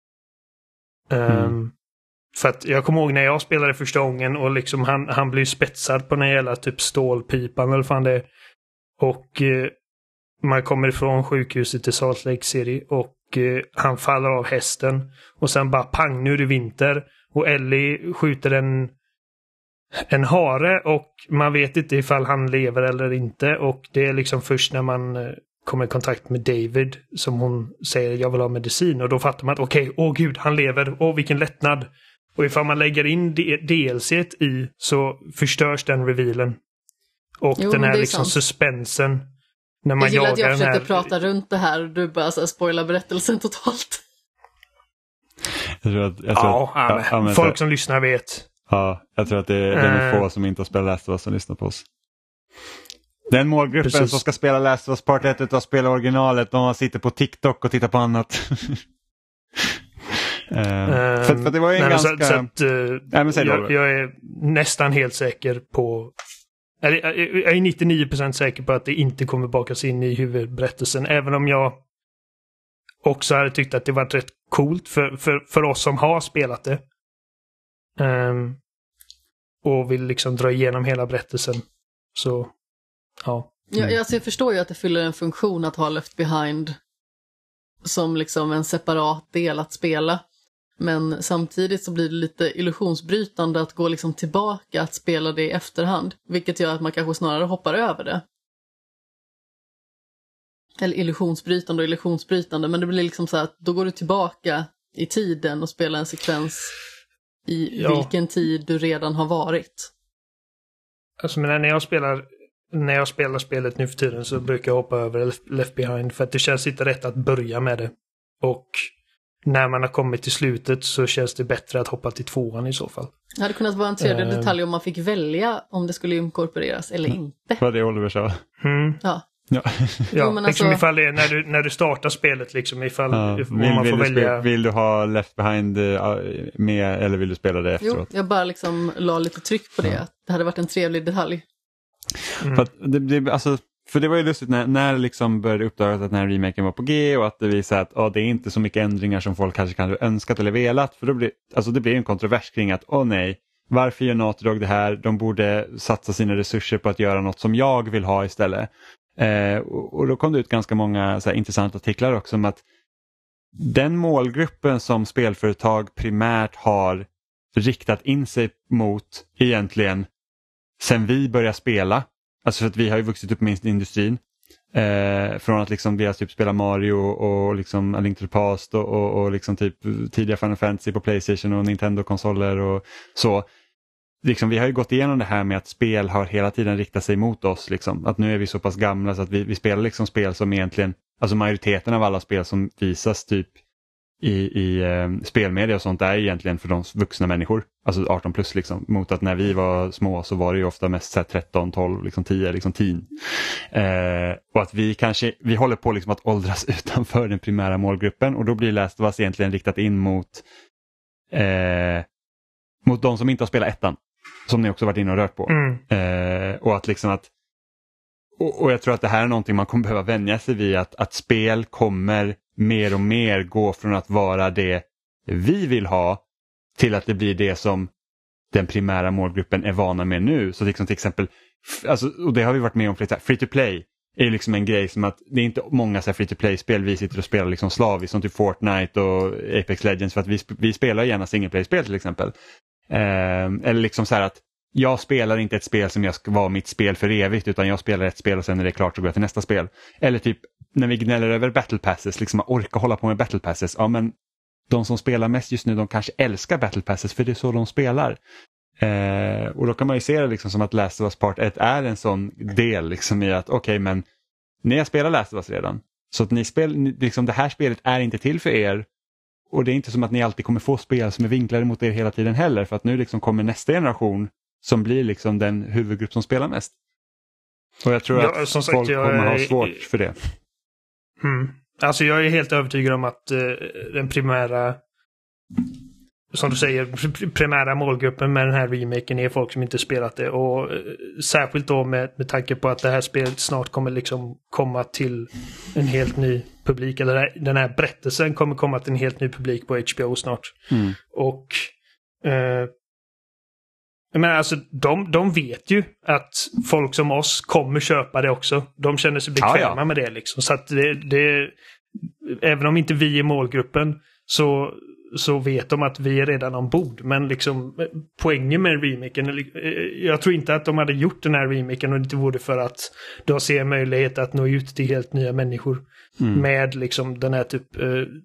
För att jag kommer ihåg när jag spelade första gången och liksom han blir spetsad på den jävla typ stålpipan eller fan det. Och man kommer ifrån sjukhuset till Salt Lake City och han faller av hästen och sen bara pang, nu är det vinter och Ellie skjuter en hare och man vet inte ifall han lever eller inte, och det är liksom först när man kommer i kontakt med David som hon säger jag vill ha medicin, och då fattar man att gud, han lever, vilken lättnad. Och ifall man lägger in DLC-et i så förstörs den revealen. Och den här liksom suspensen när man jag gillar jagar att jag den försökte här... prata runt det här och du bara så här spoila berättelsen totalt. Jag tror att, folk som lyssnar vet. Ja, jag tror att det är nog få som inte har spelat Last of Us som lyssnar på oss. Den målgruppen som ska spela Last of Us Part 1 utav spela originalet, de sitter på TikTok och tittar på annat. För det var ju en ganska... jag är nästan helt säker på... Jag är 99% säker på att det inte kommer bakas in i huvudberättelsen. Även om jag också hade tyckt att det var rätt coolt för oss som har spelat det. Och vill liksom dra igenom hela berättelsen. Så, ja. Alltså jag förstår ju att det fyller en funktion att ha Left Behind som liksom en separat del att spela. Men samtidigt så blir det lite illusionsbrytande att gå liksom tillbaka att spela det i efterhand. Vilket gör att man kanske snarare hoppar över det. Eller illusionsbrytande. Men det blir liksom så att då går du tillbaka i tiden och spelar en sekvens i vilken tid du redan har varit. Alltså men när jag spelar spelet nu för tiden så brukar jag hoppa över Left Behind. För att det känns inte rätt att börja med det. Och när man har kommit till slutet så känns det bättre att hoppa till 2:an i så fall. Det hade kunnat vara en tredje detalj om man fick välja om det skulle inkorporeras eller inte. Vad det Oliver sa. Ja. Ja, men liksom alltså... ifall det är när du startar spelet liksom ifall man får välja. Vill du ha Left Behind med eller vill du spela det efteråt? Jo, jag bara liksom la lite tryck på det. Att det hade varit en trevlig detalj. För det var ju lustigt när liksom började uppdagas att den här remaken var på G och att det visade att det är inte så mycket ändringar som folk kanske önskat eller velat. För då det blir en kontrovers kring att nej, varför gör Naughty Dog det här? De borde satsa sina resurser på att göra något som jag vill ha istället. Och då kom det ut ganska många så här, intressanta artiklar också om att den målgruppen som spelföretag primärt har riktat in sig mot egentligen sen vi började spela. Alltså för att vi har ju vuxit upp med industrin. Från att liksom vi har typ spelat Mario och liksom A Link to the Past och liksom typ tidiga Final Fantasy på PlayStation och Nintendo-konsoler och så. Liksom, vi har ju gått igenom det här med att spel har hela tiden riktat sig mot oss. Liksom. Att nu är vi så pass gamla så att vi spelar liksom spel som egentligen, alltså majoriteten av alla spel som visas typ i spelmedia och sånt är egentligen för de vuxna människor. Alltså 18 plus liksom. Mot att när vi var små så var det ju ofta mest så här, 13, 12, liksom 10, liksom teen. Och att vi håller på liksom att åldras utanför den primära målgruppen och då blir Last of Us egentligen riktat in mot de som inte har spelat ettan. Som ni också varit inne och rört på. Och att liksom att och jag tror att det här är någonting man kommer behöva vänja sig vid att spel kommer mer och mer gå från att vara det vi vill ha till att det blir det som den primära målgruppen är vana med nu. Så liksom till exempel, alltså, och det har vi varit med om flera, free to play är liksom en grej som att det är inte många så här free to play-spel vi sitter och spelar liksom slaviskt som typ Fortnite och Apex Legends för att vi spelar gärna single play-spel till exempel. Eller liksom så här att jag spelar inte ett spel som jag ska vara mitt spel för evigt utan jag spelar ett spel och sen när det är klart så går jag till nästa spel. Eller typ när vi gnäller över battle passes, liksom att orka hålla på med battle passes. Ja men de som spelar mest just nu de kanske älskar battle passes för det är så de spelar. Och då kan man ju se det liksom som att Last of Us Part 1 är en sån del liksom i att okej, men ni har spelat Last of Us redan. Så att liksom, det här spelet är inte till för er. Och det är inte som att ni alltid kommer få spel som är vinklade mot er hela tiden heller. För att nu liksom kommer nästa generation som blir liksom den huvudgrupp som spelar mest. Och jag tror att som folk kommer ha svårt för det. Alltså jag är helt övertygad om att den primära, som du säger, primära målgruppen med den här remaken är folk som inte spelat det. Och särskilt då med tanke på att det här spelet snart kommer liksom komma till en helt ny publik. Eller den här berättelsen kommer komma till en helt ny publik på HBO snart. Och men alltså de vet ju att folk som oss kommer köpa det också. De känner sig bekväma med det liksom. Så att det även om inte vi är målgruppen så vet de att vi är redan ombord. Men liksom poängen med remaken, jag tror inte att de hade gjort den här remaken och det inte vore för att de ser möjlighet att nå ut till helt nya människor med liksom den här typ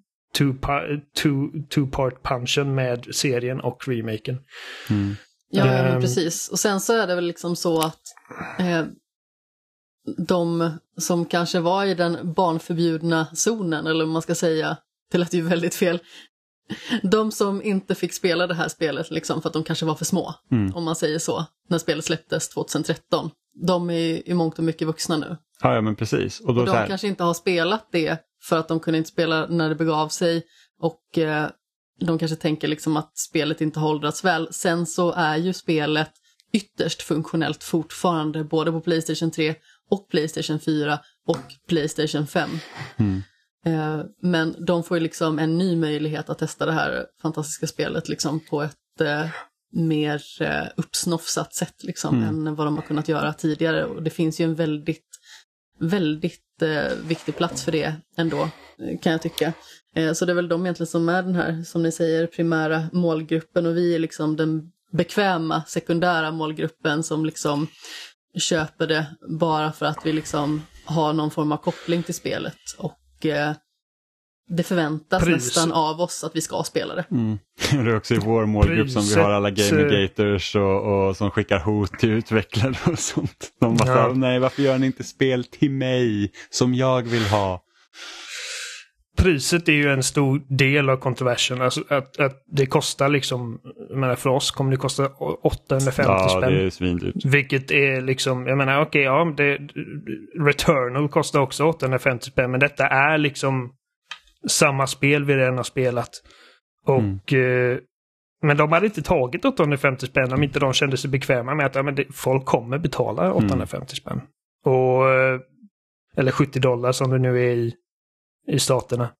two-part punchen med serien och remaken. Ja, precis. Och sen så är det väl liksom så att de som kanske var i den barnförbjudna zonen, eller om man ska säga, det lät ju väldigt fel. De som inte fick spela det här spelet liksom, för att de kanske var för små, om man säger så, när spelet släpptes 2013. De är i mångt och mycket vuxna nu. Ja, men precis. Och de kanske inte har spelat det för att de kunde inte spela när det begav sig, och de kanske tänker liksom att spelet inte har åldrats väl. Sen så är ju spelet ytterst funktionellt fortfarande, både på PlayStation 3 och PlayStation 4 och PlayStation 5. Men de får ju liksom en ny möjlighet att testa det här fantastiska spelet liksom på ett mer uppsnofsat sätt liksom, än vad de har kunnat göra tidigare. Och det finns ju en väldigt viktig plats för det ändå, kan jag tycka. Så det är väl de egentligen som är den här, som ni säger, primära målgruppen, och vi är liksom den bekväma sekundära målgruppen som liksom köper det bara för att vi liksom har någon form av koppling till spelet, och det förväntas nästan av oss att vi ska spela det. Det är också i vår målgrupp som vi har alla gamergators och som skickar hot till utvecklare och sånt. De bara säger, nej, varför gör ni inte spel till mig som jag vill ha? Priset är ju en stor del av kontroversen. Alltså att det kostar liksom, jag menar, för oss kommer det kosta 850 spänn. Ja, det är svindyrt. Vilket är liksom, jag menar, Returnal kostar också 850 spänn, men detta är liksom samma spel vi redan har spelat. Och men de hade inte tagit 850 spänn om inte de kände sig bekväma med att folk kommer betala 850 spänn. Och, eller $70 som det nu är i staterna.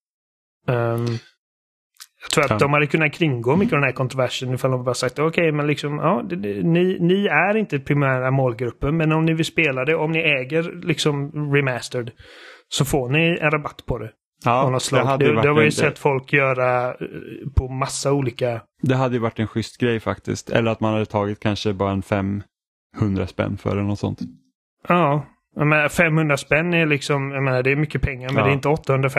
Jag tror att de hade kunnat kringgå mycket av den här kontroversen ifall de bara sagt okej, men liksom, ni är inte primära målgruppen, men om ni vill spela det, om ni äger liksom remastered, så får ni en rabatt på det. Ja, det har ju sett folk göra på massa olika. Det hade ju varit en schysst grej faktiskt. Eller att man hade tagit kanske bara en 500 spänn för det, något sånt. Ja, men 500 spänn är liksom, jag menar, det är mycket pengar, men det är inte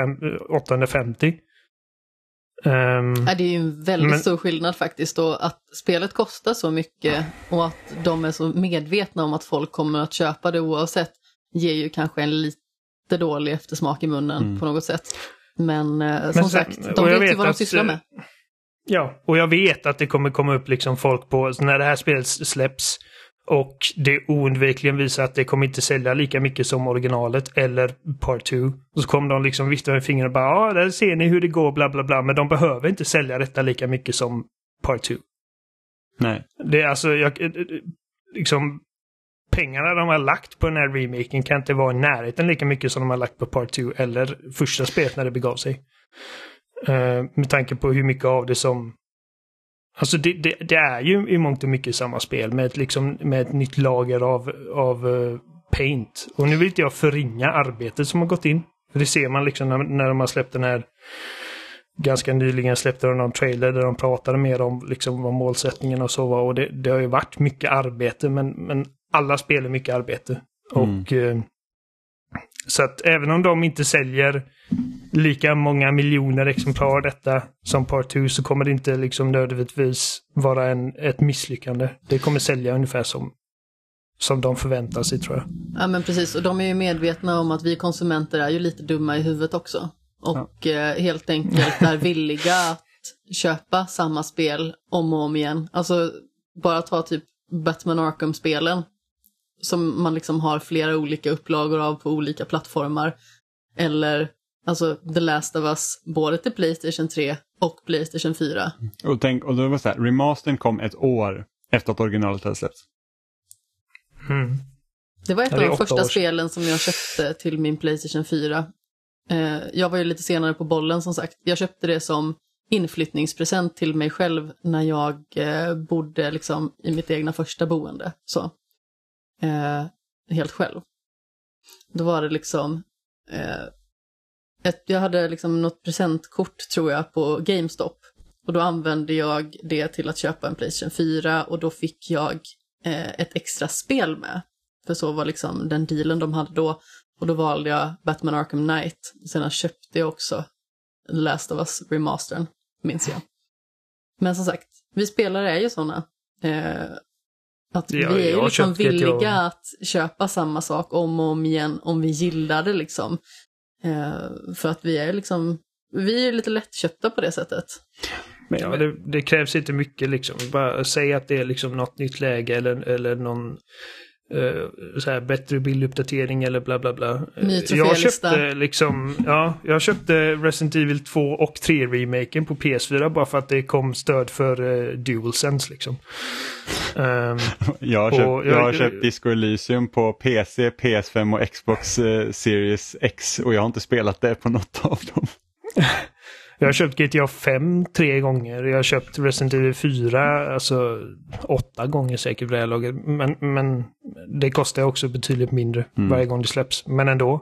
850. Det är ju en väldigt stor skillnad faktiskt då, att spelet kostar så mycket och att de är så medvetna om att folk kommer att köpa det oavsett, ger ju kanske en lite dålig eftersmak i munnen på något sätt. Men som sagt, de vet ju vad de sysslar med. Ja, och jag vet att det kommer komma upp liksom folk på när det här spelet släpps och det oundvikligen visar att det kommer inte sälja lika mycket som originalet eller Part 2. Och så kommer de liksom vifta med fingrarna och bara, där ser ni hur det går, bla bla bla. Men de behöver inte sälja detta lika mycket som Part 2. Nej. Det är alltså, liksom pengarna de har lagt på den här remaken kan inte vara i närheten lika mycket som de har lagt på Part 2 eller första spelet när det begav sig. Med tanke på hur mycket av det som... Alltså det är ju i mångt och mycket samma spel med ett nytt lager av paint. Och nu vill inte jag förringa arbetet som har gått in. För det ser man liksom när de har släppt den här... Ganska nyligen släppte de någon trailer där de pratade mer om liksom vad målsättningen och så var. Och det har ju varit mycket arbete, men alla spel är mycket arbete. Och så att även om de inte säljer lika många miljoner exemplar detta som Part 2, så kommer det inte liksom nödvändigtvis vara ett misslyckande. Det kommer sälja ungefär som de förväntar sig, tror jag. Ja, men precis. Och de är ju medvetna om att vi konsumenter är ju lite dumma i huvudet också. Och helt enkelt är villiga att köpa samma spel om och om igen. Alltså bara ta typ Batman Arkham-spelen som man liksom har flera olika upplagor av på olika plattformar. Eller alltså The Last of Us både till PlayStation 3 och PlayStation 4. Och då var det så här, remastern kom ett år efter att originalet hade släppts. Det var ett av de första spelen som jag köpte till min PlayStation 4. Jag var ju lite senare på bollen, som sagt. Jag köpte det som inflyttningspresent till mig själv när jag bodde liksom i mitt egna första boende. Så. Helt själv. Då var det liksom jag hade liksom något presentkort, tror jag, på GameStop. Och då använde jag det till att köpa en PlayStation 4 och då fick jag ett extra spel med. För så var liksom den dealen de hade då. Och då valde jag Batman Arkham Knight. Sen köpte jag också Last of Us Remastern, minns jag. Men som sagt, vi spelare är ju sådana. Att vi är ju liksom villiga att köpa samma sak om och om igen om vi gillar det liksom. För att vi är lite lättköpta på det sättet. Men ja, det krävs inte mycket liksom. Bara säga att det är liksom något nytt läge eller någon så här bättre bilduppdatering eller bla bla bla. Jag köpte Resident Evil 2 och 3 remaken på PS4 bara för att det kom stöd för DualSense liksom. Jag har köpt Disco Elysium på PC, PS5 och Xbox Series X och jag har inte spelat det på något av dem. Jag har köpt GTA 5 3 gånger. Jag har köpt Resident Evil 4 alltså 8 gånger säkert för det här laget. Men det kostar också betydligt mindre varje gång det släpps. Men ändå.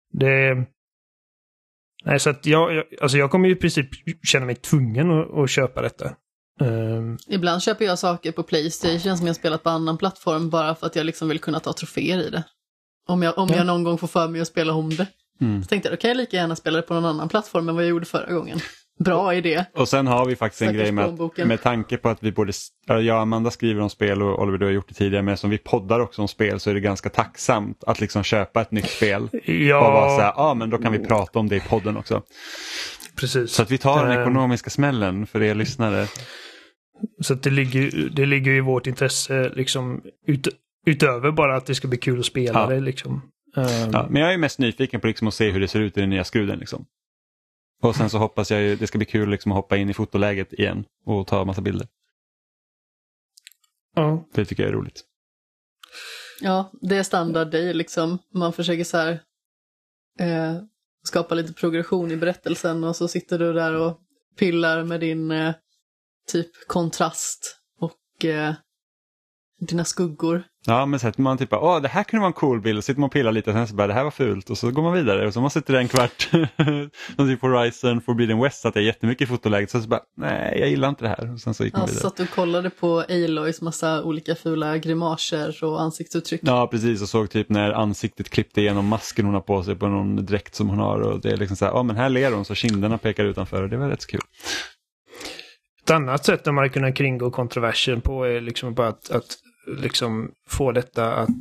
Nej, så att jag kommer ju i princip känna mig tvungen att köpa detta. Ibland köper jag saker på PlayStation som jag spelat på annan plattform bara för att jag liksom vill kunna ta troféer i det. Om jag någon gång får för mig att spela om det. Så tänkte jag, då kan jag lika gärna spela det på någon annan plattform än vad jag gjorde förra gången. Bra idé. Och sen har vi faktiskt en grej med tanke på att vi jag och Amanda skriver om spel och Oliver, du har gjort det tidigare, men som vi poddar också om spel så är det ganska tacksamt att liksom köpa ett nytt spel. Ja. Och vara så här, men då kan vi prata om det i podden också. Precis. Så att vi tar den ekonomiska smällen för er lyssnare. Så att det ligger i vårt intresse liksom utöver bara att det ska bli kul att spela det liksom. Men jag är mest nyfiken på liksom att se hur det ser ut i den nya skruden liksom. Och sen så hoppas jag ju det ska bli kul liksom att hoppa in i fotoläget igen och ta en massa bilder. Ja. Det tycker jag är roligt. Ja, det är standard dig liksom. Man försöker så här skapa lite progression i berättelsen och så sitter du där och pillar med din typ kontrast och dina skuggor. Ja, men så att man typ det här kunde vara en cool bild, och sitter man och pillar lite och sen så bara, det här var fult, och så går man vidare och så man sitter där en kvart som typ Horizon Forbidden West att det är jättemycket i fotoläget, så bara, nej, jag gillar inte det här, och sen så gick man vidare. Så att du kollade på Aloys massa olika fula grimaser och ansiktsuttryck. Ja, precis, och såg typ när ansiktet klippte igenom masken hon har på sig på någon dräkt som hon har, och det är liksom så här, men här ler hon så kinderna pekar utanför, och det var rätt så kul. Ett annat sätt att man kunna kringgå kontroversen på är liksom bara att liksom få detta att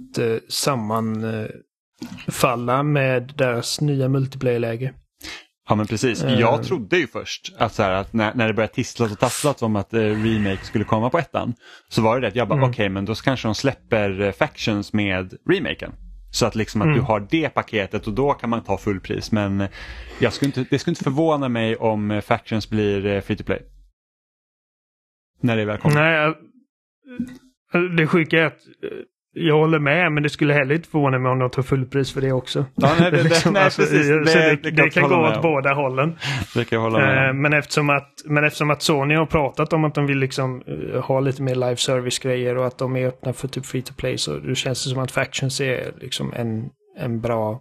sammanfalla med deras nya multiplayer-läge. Ja, men precis. Jag trodde ju först att, så här, att när det började tisslas och tasslas om att remake skulle komma på ettan, så var det att jag bara, okej, men då kanske de släpper Factions med remaken. Så att liksom att du har det paketet och då kan man ta full pris. Men det skulle inte förvåna mig om Factions blir free to play. När det väl kommer. Nej, det sjuka är att jag håller med, men det skulle heller inte förvåna mig om de tar fullpris för det också. Ja, nej, det kan gå åt båda hållen. Det kan jag hålla med. Men eftersom att Sony har pratat om att de vill liksom ha lite mer live service-grejer och att de är öppna för typ free to play, så det känns det som att Factions är liksom en bra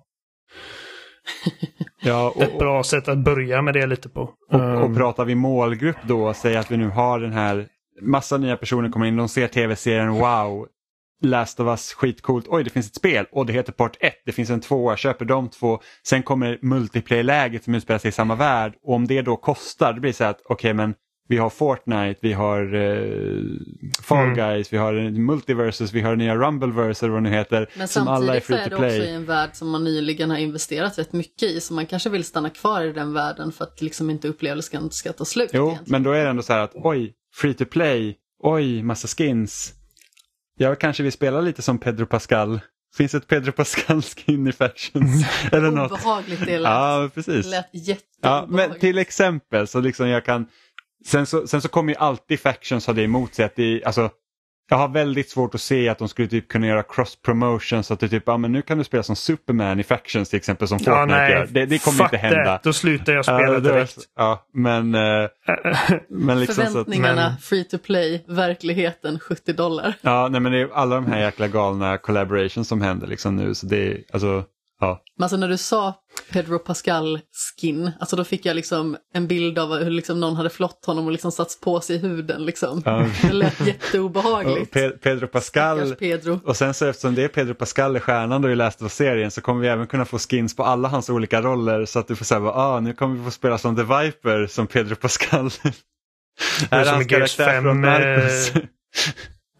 ett bra sätt att börja med det lite på. Och pratar vi målgrupp då, säger att vi nu har den här massa nya personer kommer in, de ser tv-serien, wow, Last of Us, skitcoolt, oj det finns ett spel och det heter Part 1, det finns en 2, köper de 2, sen kommer multiplayer-läget som utspelar sig i samma värld, och om det då kostar, det blir så att okej, men vi har Fortnite, vi har Fall Guys, vi har Multiverses, vi har nya Rumbleverse eller vad det nu heter. Men som alla är free to play. Men samtidigt så är det också i en värld som man nyligen har investerat rätt mycket i, så man kanske vill stanna kvar i den världen för att liksom inte upplevelsen ska ta slut. Jo, egentligen. Men då är det ändå så här att oj, free to play, oj, massa skins. Jag kanske vill spela lite som Pedro Pascal. Finns ett Pedro Pascal-skin i Factions? Eller något. Obehagligt det lät. Ja, precis. Det lät jätteobehagligt. Ja, men till exempel så liksom jag kan... Sen så kommer ju alltid Factions ha det emot sig. Att jag har väldigt svårt att se att de skulle typ kunna göra cross-promotion så att det typ, men nu kan du spela som Superman i Factions till exempel som Fortnite gör. Det kommer inte hända. Då slutar jag spela direkt. Men liksom förväntningarna, så att, free to play, verkligheten $70. Ja, nej, men det är alla de här jäkla galna collaborations som händer liksom nu, så det är Men alltså när du sa Pedro Pascal skin, alltså då fick jag liksom en bild av hur liksom någon hade flott honom och liksom satt på sig i huden liksom. Det lät jätteobehagligt. Pedro Pascal. Pedro. Och sen så eftersom det är Pedro Pascal i stjärnan då i Last of Us-serien, så kommer vi även kunna få skins på alla hans olika roller, så att du får säga nu kommer vi få spela som The Viper som Pedro Pascal. Är som i Gears 5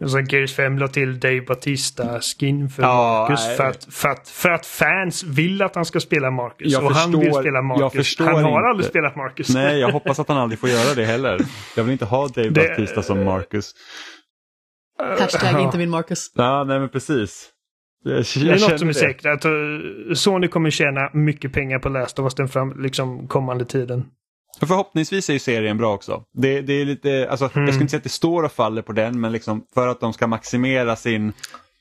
Och så Gears 5 la till Dave Bautista-skin för Ja, Marcus. För att fans vill att han ska spela Marcus. Jag och förstår- han vill spela Marcus. jag förstår Han har inte. aldrig spelat Marcus. Nej, jag hoppas att han aldrig får göra det heller. Jag vill inte ha Dave Bautista som Marcus. Hashtag inte min Marcus. Ja, nej men precis. Det är något som är säkert. Att Sony kommer tjäna mycket pengar på Last of Us den liksom kommande tiden. Och förhoppningsvis är ju serien bra också. Det är lite, alltså, jag skulle inte säga att det står och faller på den, men liksom för att de ska maximera sin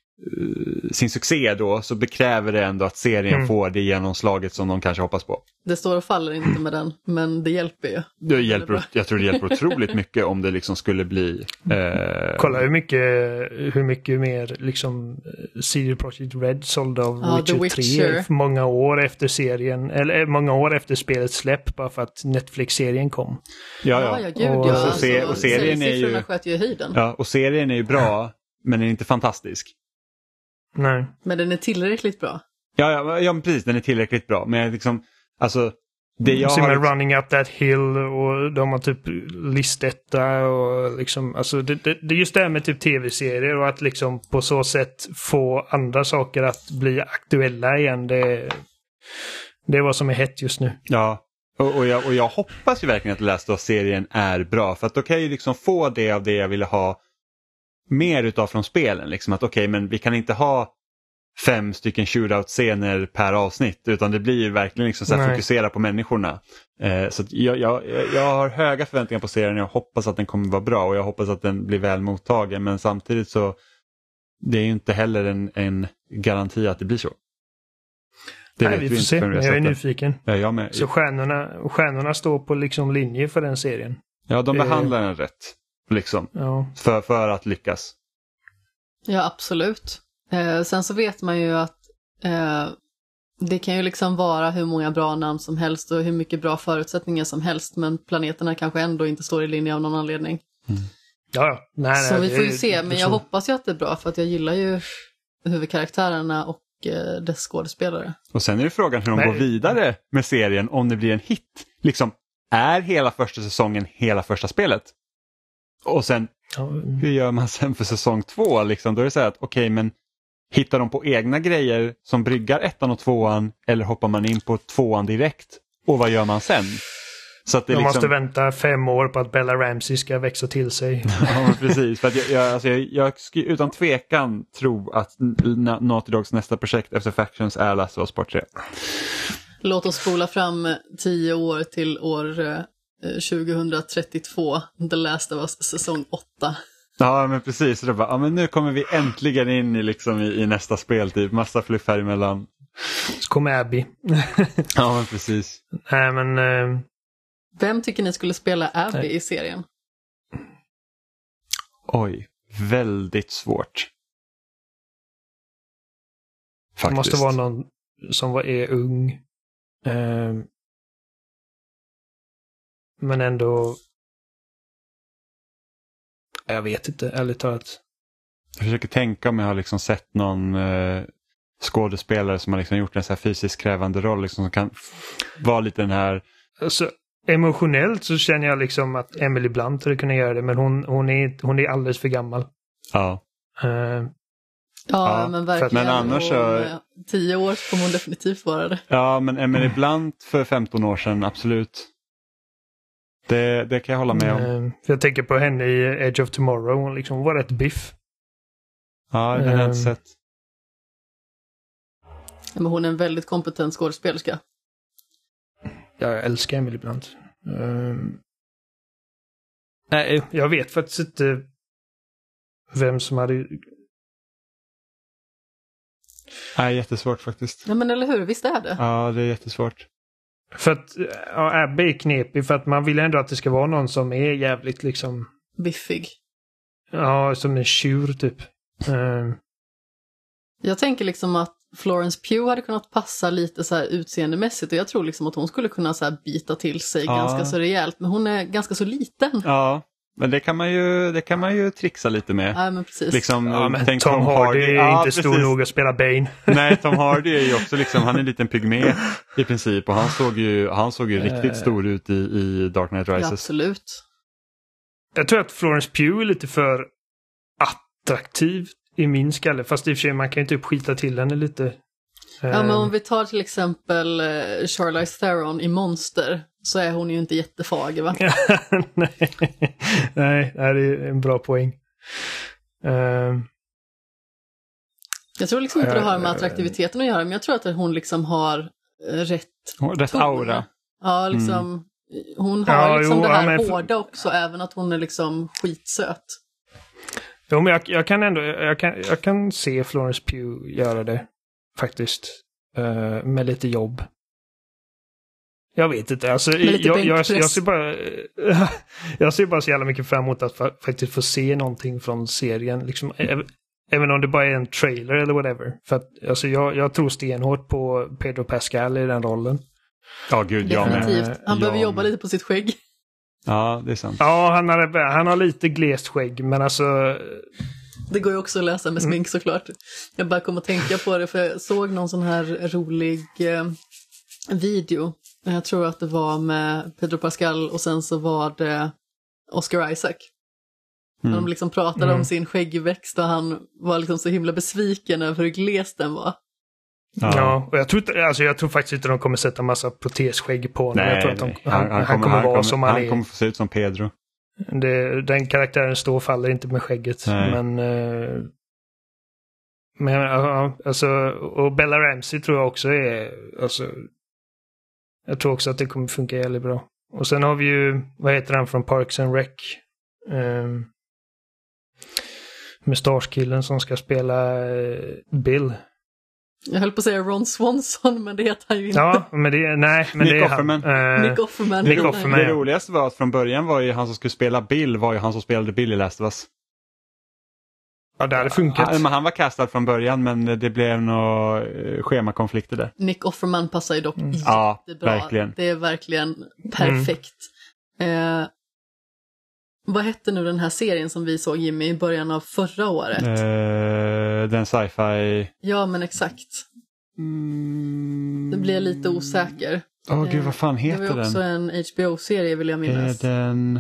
succé då, så bekräver det ändå att serien får det genomslaget som de kanske hoppas på. Det står och faller inte med den, men det hjälper ju. Jag tror det hjälper otroligt mycket om det liksom skulle bli... Kolla hur mycket mer liksom CD Projekt Red sålde av Witcher 3 många år efter serien, eller många år efter spelets släpp, bara för att Netflix-serien kom. Ja, gud och alltså, serien är ju... sköt ju höjden. Ja, och serien är ju bra, men den är inte fantastisk. Nej. Men den är tillräckligt bra. Ja, precis, den är tillräckligt bra. Men liksom, alltså... Det jag har har... Running Up That Hill och de har typ listetta och liksom, alltså det är just det här med typ tv-serier och att liksom på så sätt få andra saker att bli aktuella igen. Det är vad som är hett just nu. Ja, och jag hoppas ju verkligen att Last of Us-serien är bra, för att då kan jag ju liksom få det av det jag ville ha mer utav från spelen. Liksom att okej, men vi kan inte ha 5 stycken shootout-scener per avsnitt, utan det blir ju verkligen liksom så här fokusera på människorna. Så att jag har höga förväntningar på serien. Jag hoppas att den kommer vara bra och jag hoppas att den blir väl mottagen, men samtidigt så det är ju inte heller en garanti att det blir så. Det Nej, vi får se. Jag är nyfiken. Ja, jag med. Så stjärnorna står på liksom linje för den serien. Ja, de behandlar den rätt. Liksom. Ja. För att lyckas. Ja, absolut. Sen så vet man ju att det kan ju liksom vara hur många bra namn som helst och hur mycket bra förutsättningar som helst, men planeterna kanske ändå inte står i linje av någon anledning. Ja. Nej, så vi får ju se, men jag hoppas ju att det är bra, för att jag gillar ju huvudkaraktärerna och dess skådespelare. Och sen är det frågan hur de går vidare med serien om det blir en hit. Liksom, är hela första säsongen hela första spelet? Och sen, hur gör man sen för säsong 2? Liksom, då är det så här att okej, men hittar de på egna grejer som bryggar 1:an och 2:an, eller hoppar man in på 2:an direkt? Och vad gör man sen? Så att det de liksom... måste vänta 5 år på att Bella Ramsey ska växa till sig. Ja, precis. För att jag skulle utan tvekan tro att Naughty Dogs nästa projekt efter Factions är Last of Us Part 3. Låt oss spola fram 10 år till år 2032, The Last of Us säsong 8. Ja, men precis. Så det bara, men nu kommer vi äntligen in i nästa spel, typ. Massa fluff här emellan. Så kommer Abby. Ja, men precis. Nej, men... Vem tycker ni skulle spela Abby i serien? Oj, väldigt svårt. Faktiskt. Det måste vara någon som är ung. Men ändå... Jag vet inte, ärligt talat. Jag försöker tänka om jag har liksom sett någon skådespelare som har liksom gjort en så här fysiskt krävande roll, liksom, som kan vara lite den här... Alltså, emotionellt så känner jag liksom att Emily Blunt skulle kunna göra det, men hon är alldeles för gammal. Ja. Ja, men verkligen. Men annars så... 10 år kommer hon definitivt vara det. Ja, men Emily Blunt för 15 år sedan, absolut. Det kan jag hålla med om. För jag tänker på henne i Edge of Tomorrow. Hon liksom var rätt biff. Ja, det har jag inte sett. Men hon är en väldigt kompetent skådespelerska. Jag älskar Emily Blunt. Nej, jag vet faktiskt inte vem som hade... Nej, jättesvårt faktiskt. Ja, men eller hur? Visst är det? Ja, det är jättesvårt. För att Abby är knepig, för att man vill ändå att det ska vara någon som är jävligt liksom... biffig. Ja, som en tjur typ. Jag tänker liksom att Florence Pugh hade kunnat passa lite så här utseendemässigt, och jag tror liksom att hon skulle kunna så här bita till sig ganska så rejält, men hon är ganska så liten. Ja, men det kan man ju trixa lite med. Ja, men precis. Liksom, men Tom Hardy är inte stor nog att spela Bane. Nej, Tom Hardy är ju också liksom, han är en liten pygmé i princip, och han såg ju riktigt stor ut i Dark Knight Rises. Ja, absolut. Jag tror att Florence Pugh är lite för attraktiv i min skalle. Fast i och för sig man kan ju typ skita till henne lite. Ja, men om vi tar till exempel Charlize Theron i Monster, så är hon ju inte jättefager, va? Nej, det är en bra poäng. Jag tror liksom inte det har med attraktiviteten att göra, men jag tror att hon liksom har rätt aura. Ja, liksom hon har liksom det här hårda också, även att hon är liksom skitsöt. Jo, men jag kan ändå jag kan se Florence Pugh göra det faktiskt med lite jobb. Jag vet inte, alltså jag ser bara så jävla mycket fram emot att faktiskt få se någonting från serien liksom, även om det bara är en trailer eller whatever. För att alltså jag tror stenhårt på Pedro Pascal i den rollen. Ja, gud, definitivt. Han behöver jobba lite på sitt skägg. Ja, det är sant. Ja, han har lite glest skägg, men alltså... Det går ju också att läsa med smink såklart. Jag bara kom att tänka på det, för jag såg någon sån här rolig video. Jag tror att det var med Pedro Pascal och sen så var det Oscar Isaac. De liksom pratade om sin skäggväxt och han var liksom så himla besviken över hur glest den var. Ja, och jag tror faktiskt inte de kommer sätta massa protesskägg på honom. Jag tror att han kommer vara som han är. Han kommer få se ut som Pedro. Den karaktären står och faller inte med skägget. Men alltså, och Bella Ramsey tror jag också är, alltså, jag tror också att det kommer funka jävligt bra. Och sen har vi ju, vad heter han från Parks and Rec? Mustaschkillen som ska spela Bill. Jag höll på att säga Ron Swanson, men det heter han ju inte. Ja, men det är Offerman. Nick Offerman. Nick Offerman. Det roligaste var att från början var ju han som skulle spela Bill, var ju han som spelade Bill i Last of Us. Ja, det hade funkat. Han var castad från början, men det blev några schemakonflikter där. Nick Offerman passar ju dock jättebra. Ja, verkligen. Det är verkligen perfekt. Vad hette nu den här serien som vi såg, Jimmy, i början av förra året? Den sci-fi... Ja, men exakt. Det blir lite osäker. Gud, vad fan heter den? Det var också en HBO-serie, vill jag minnas. Är den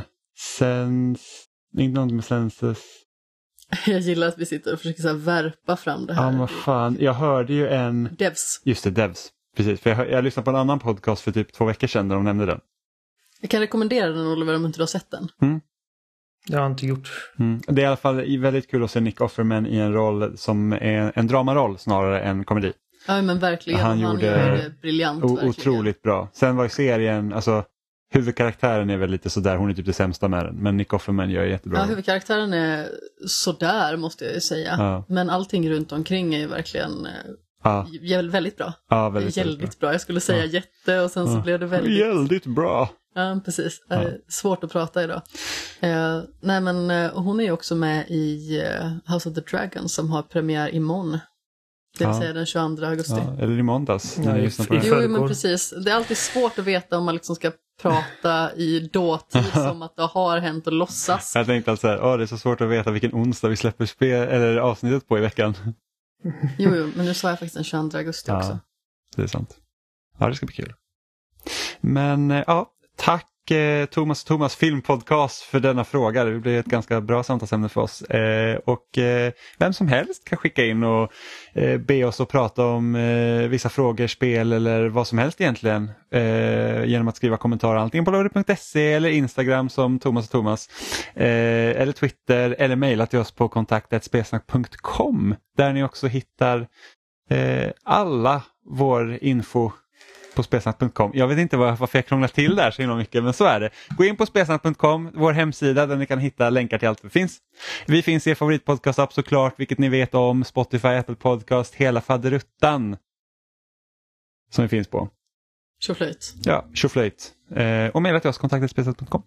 inte något med Senses? Jag gillar att vi sitter och försöker så här värpa fram det här. Ja, men fan. Jag hörde ju en... Devs. Just det, Devs. Precis, för jag lyssnade på en annan podcast för typ 2 veckor sedan där de nämnde den. Jag kan rekommendera den, Oliver, om inte du har sett den. Det har jag inte gjort. Det är i alla fall väldigt kul att se Nick Offerman i en roll som är en dramaroll snarare än komedi. Ja, men verkligen. Han gjorde det briljant. Otroligt bra. Sen var ju serien, alltså huvudkaraktären är väl lite sådär, hon är typ det sämsta med den. Men Nick Offerman gör jättebra. Ja, huvudkaraktären är sådär, måste jag ju säga. Ja. Men allting runt omkring är ju verkligen väldigt bra. Ja, väldigt bra. Jag skulle säga jätte och sen så blev det väldigt bra. Ja, precis. Svårt att prata idag. Nej, men hon är ju också med i House of the Dragon som har premiär imorgon. Det vill säga den 22 augusti. Ja, eller i måndags. Jo, men precis. Det är alltid svårt att veta om man liksom ska prata i dåtid som att det har hänt och låtsas. Jag tänkte alltså det är så svårt att veta vilken onsdag vi släpper eller avsnittet på i veckan. Jo, men nu sa jag faktiskt den 22 augusti också. Det är sant. Ja, det ska bli kul. Men tack Thomas filmpodcast för denna fråga. Det blir ett ganska bra samtalsämne för oss. Och vem som helst kan skicka in och be oss att prata om vissa frågor, spel eller vad som helst egentligen. Genom att skriva kommentarer antingen på logger.se eller Instagram som Thomas eller Twitter eller mejla till oss på kontakt@spelsnack.com där ni också hittar alla vår info på spelsnack.com. Jag vet inte varför jag krånglar till där så himla mycket, men så är det. Gå in på spelsnack.com, vår hemsida där ni kan hitta länkar till allt som finns. Vi finns i er favoritpodcast-app såklart, vilket ni vet om. Spotify, Apple Podcast, hela faderuttan som vi finns på. Tjoflöjt. Ja, tjoflöjt. Och mejla till oss, kontakt@spelsnack.com.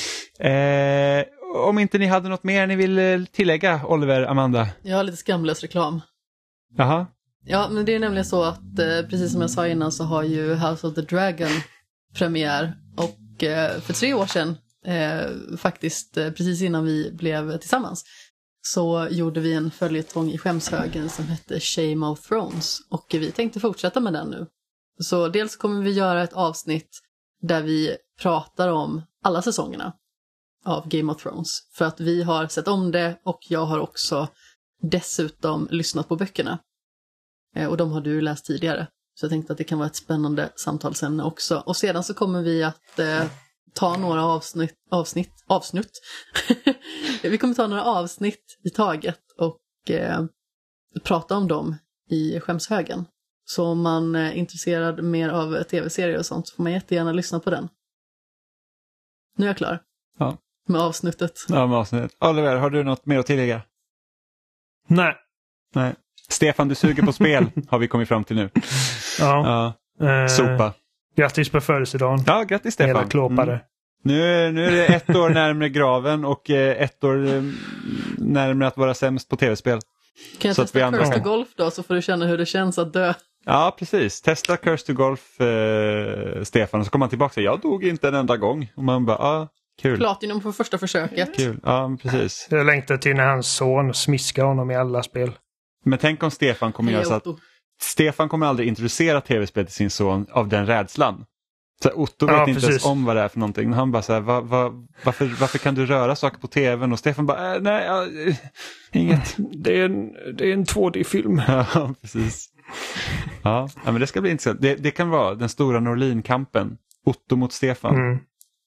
Om inte ni hade något mer ni vill tillägga, Oliver, Amanda? Jag har lite skamlös reklam. Jaha. Ja, men det är nämligen så att precis som jag sa innan så har ju House of the Dragon premiär och för 3 år sedan, faktiskt precis innan vi blev tillsammans, så gjorde vi en följetong i skämshögen som hette Shame of Thrones och vi tänkte fortsätta med den nu. Så dels kommer vi göra ett avsnitt där vi pratar om alla säsongerna. av Game of Thrones. För att vi har sett om det och jag har också dessutom lyssnat på böckerna. Och de har du läst tidigare. Så jag tänkte att det kan vara ett spännande samtalsämne också. Och sedan så kommer vi att ta några avsnitt. Vi kommer ta några avsnitt i taget och prata om dem i skämshögen. Så om man är intresserad mer av tv-serier och sånt så får man jättegärna lyssna på den. Nu är jag klar. Ja. Med avsnittet. Ja, med avsnittet. Oliver, har du något mer att tillägga? Nej. Stefan, du suger på spel har vi kommit fram till nu. Ja. Sopa. Grattis på födelsedagen. Ja, grattis Stefan. Hela klåpare. Nu är det 1 år närmare graven och 1 år närmare att vara sämst på tv-spel. Kan jag så testa Curse to Golf då så får du känna hur det känns att dö? Ja, precis. Testa Curse to Golf, Stefan, och så kommer man tillbaka och säger, jag dog inte en enda gång. Och man bara, kul. Platinum på första försöket. Kul, ja precis. Jag längtar till när hans son smiskar honom i alla spel. Men tänk om Stefan kommer göra så att Stefan kommer aldrig introducera tv-spel till sin son av den rädslan. Så Otto vet inte ens om vad det är för någonting. Han bara så här, varför kan du röra saker på tvn? Och Stefan bara, nej, inget. Det är en 2D-film. Ja, precis. Ja, men det ska bli intressant. Det kan vara den stora Norlin-kampen. Otto mot Stefan.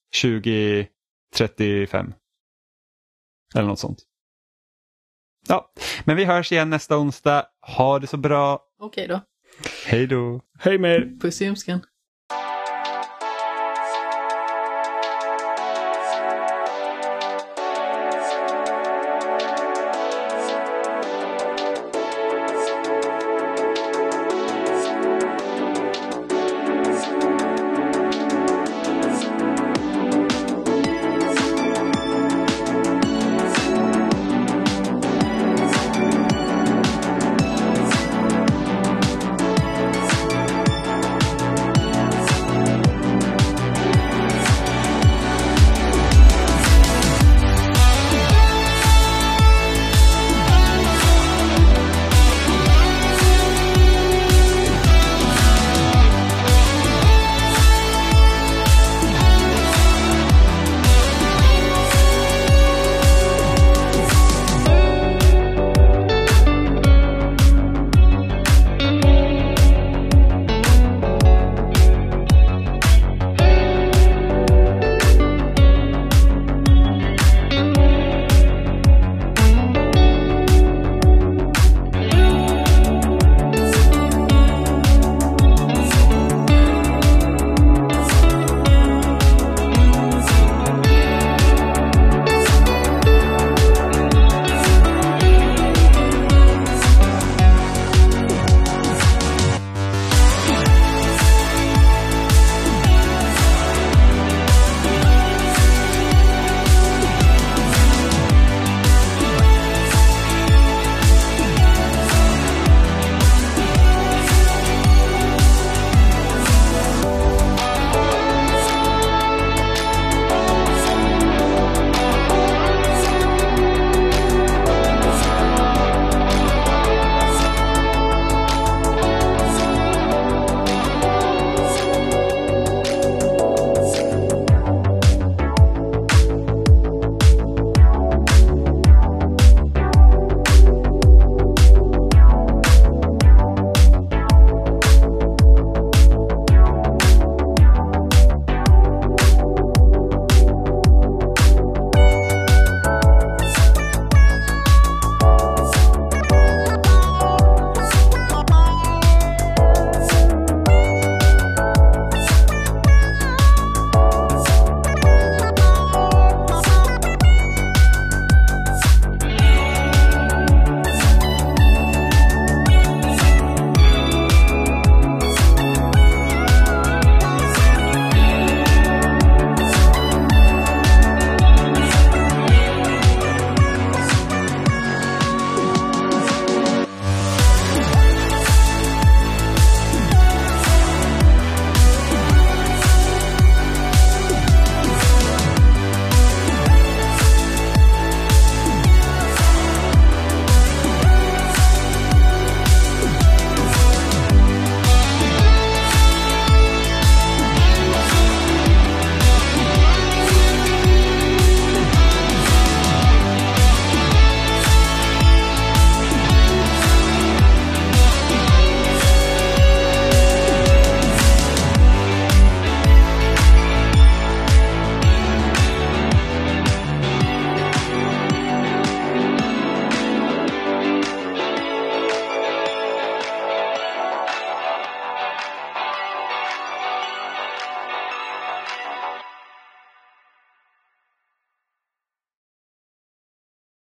2035. Eller något sånt. Ja, men vi hörs igen nästa onsdag. Ha det så bra. Okej då. Hej då. Hej med er. Puss i ömskan.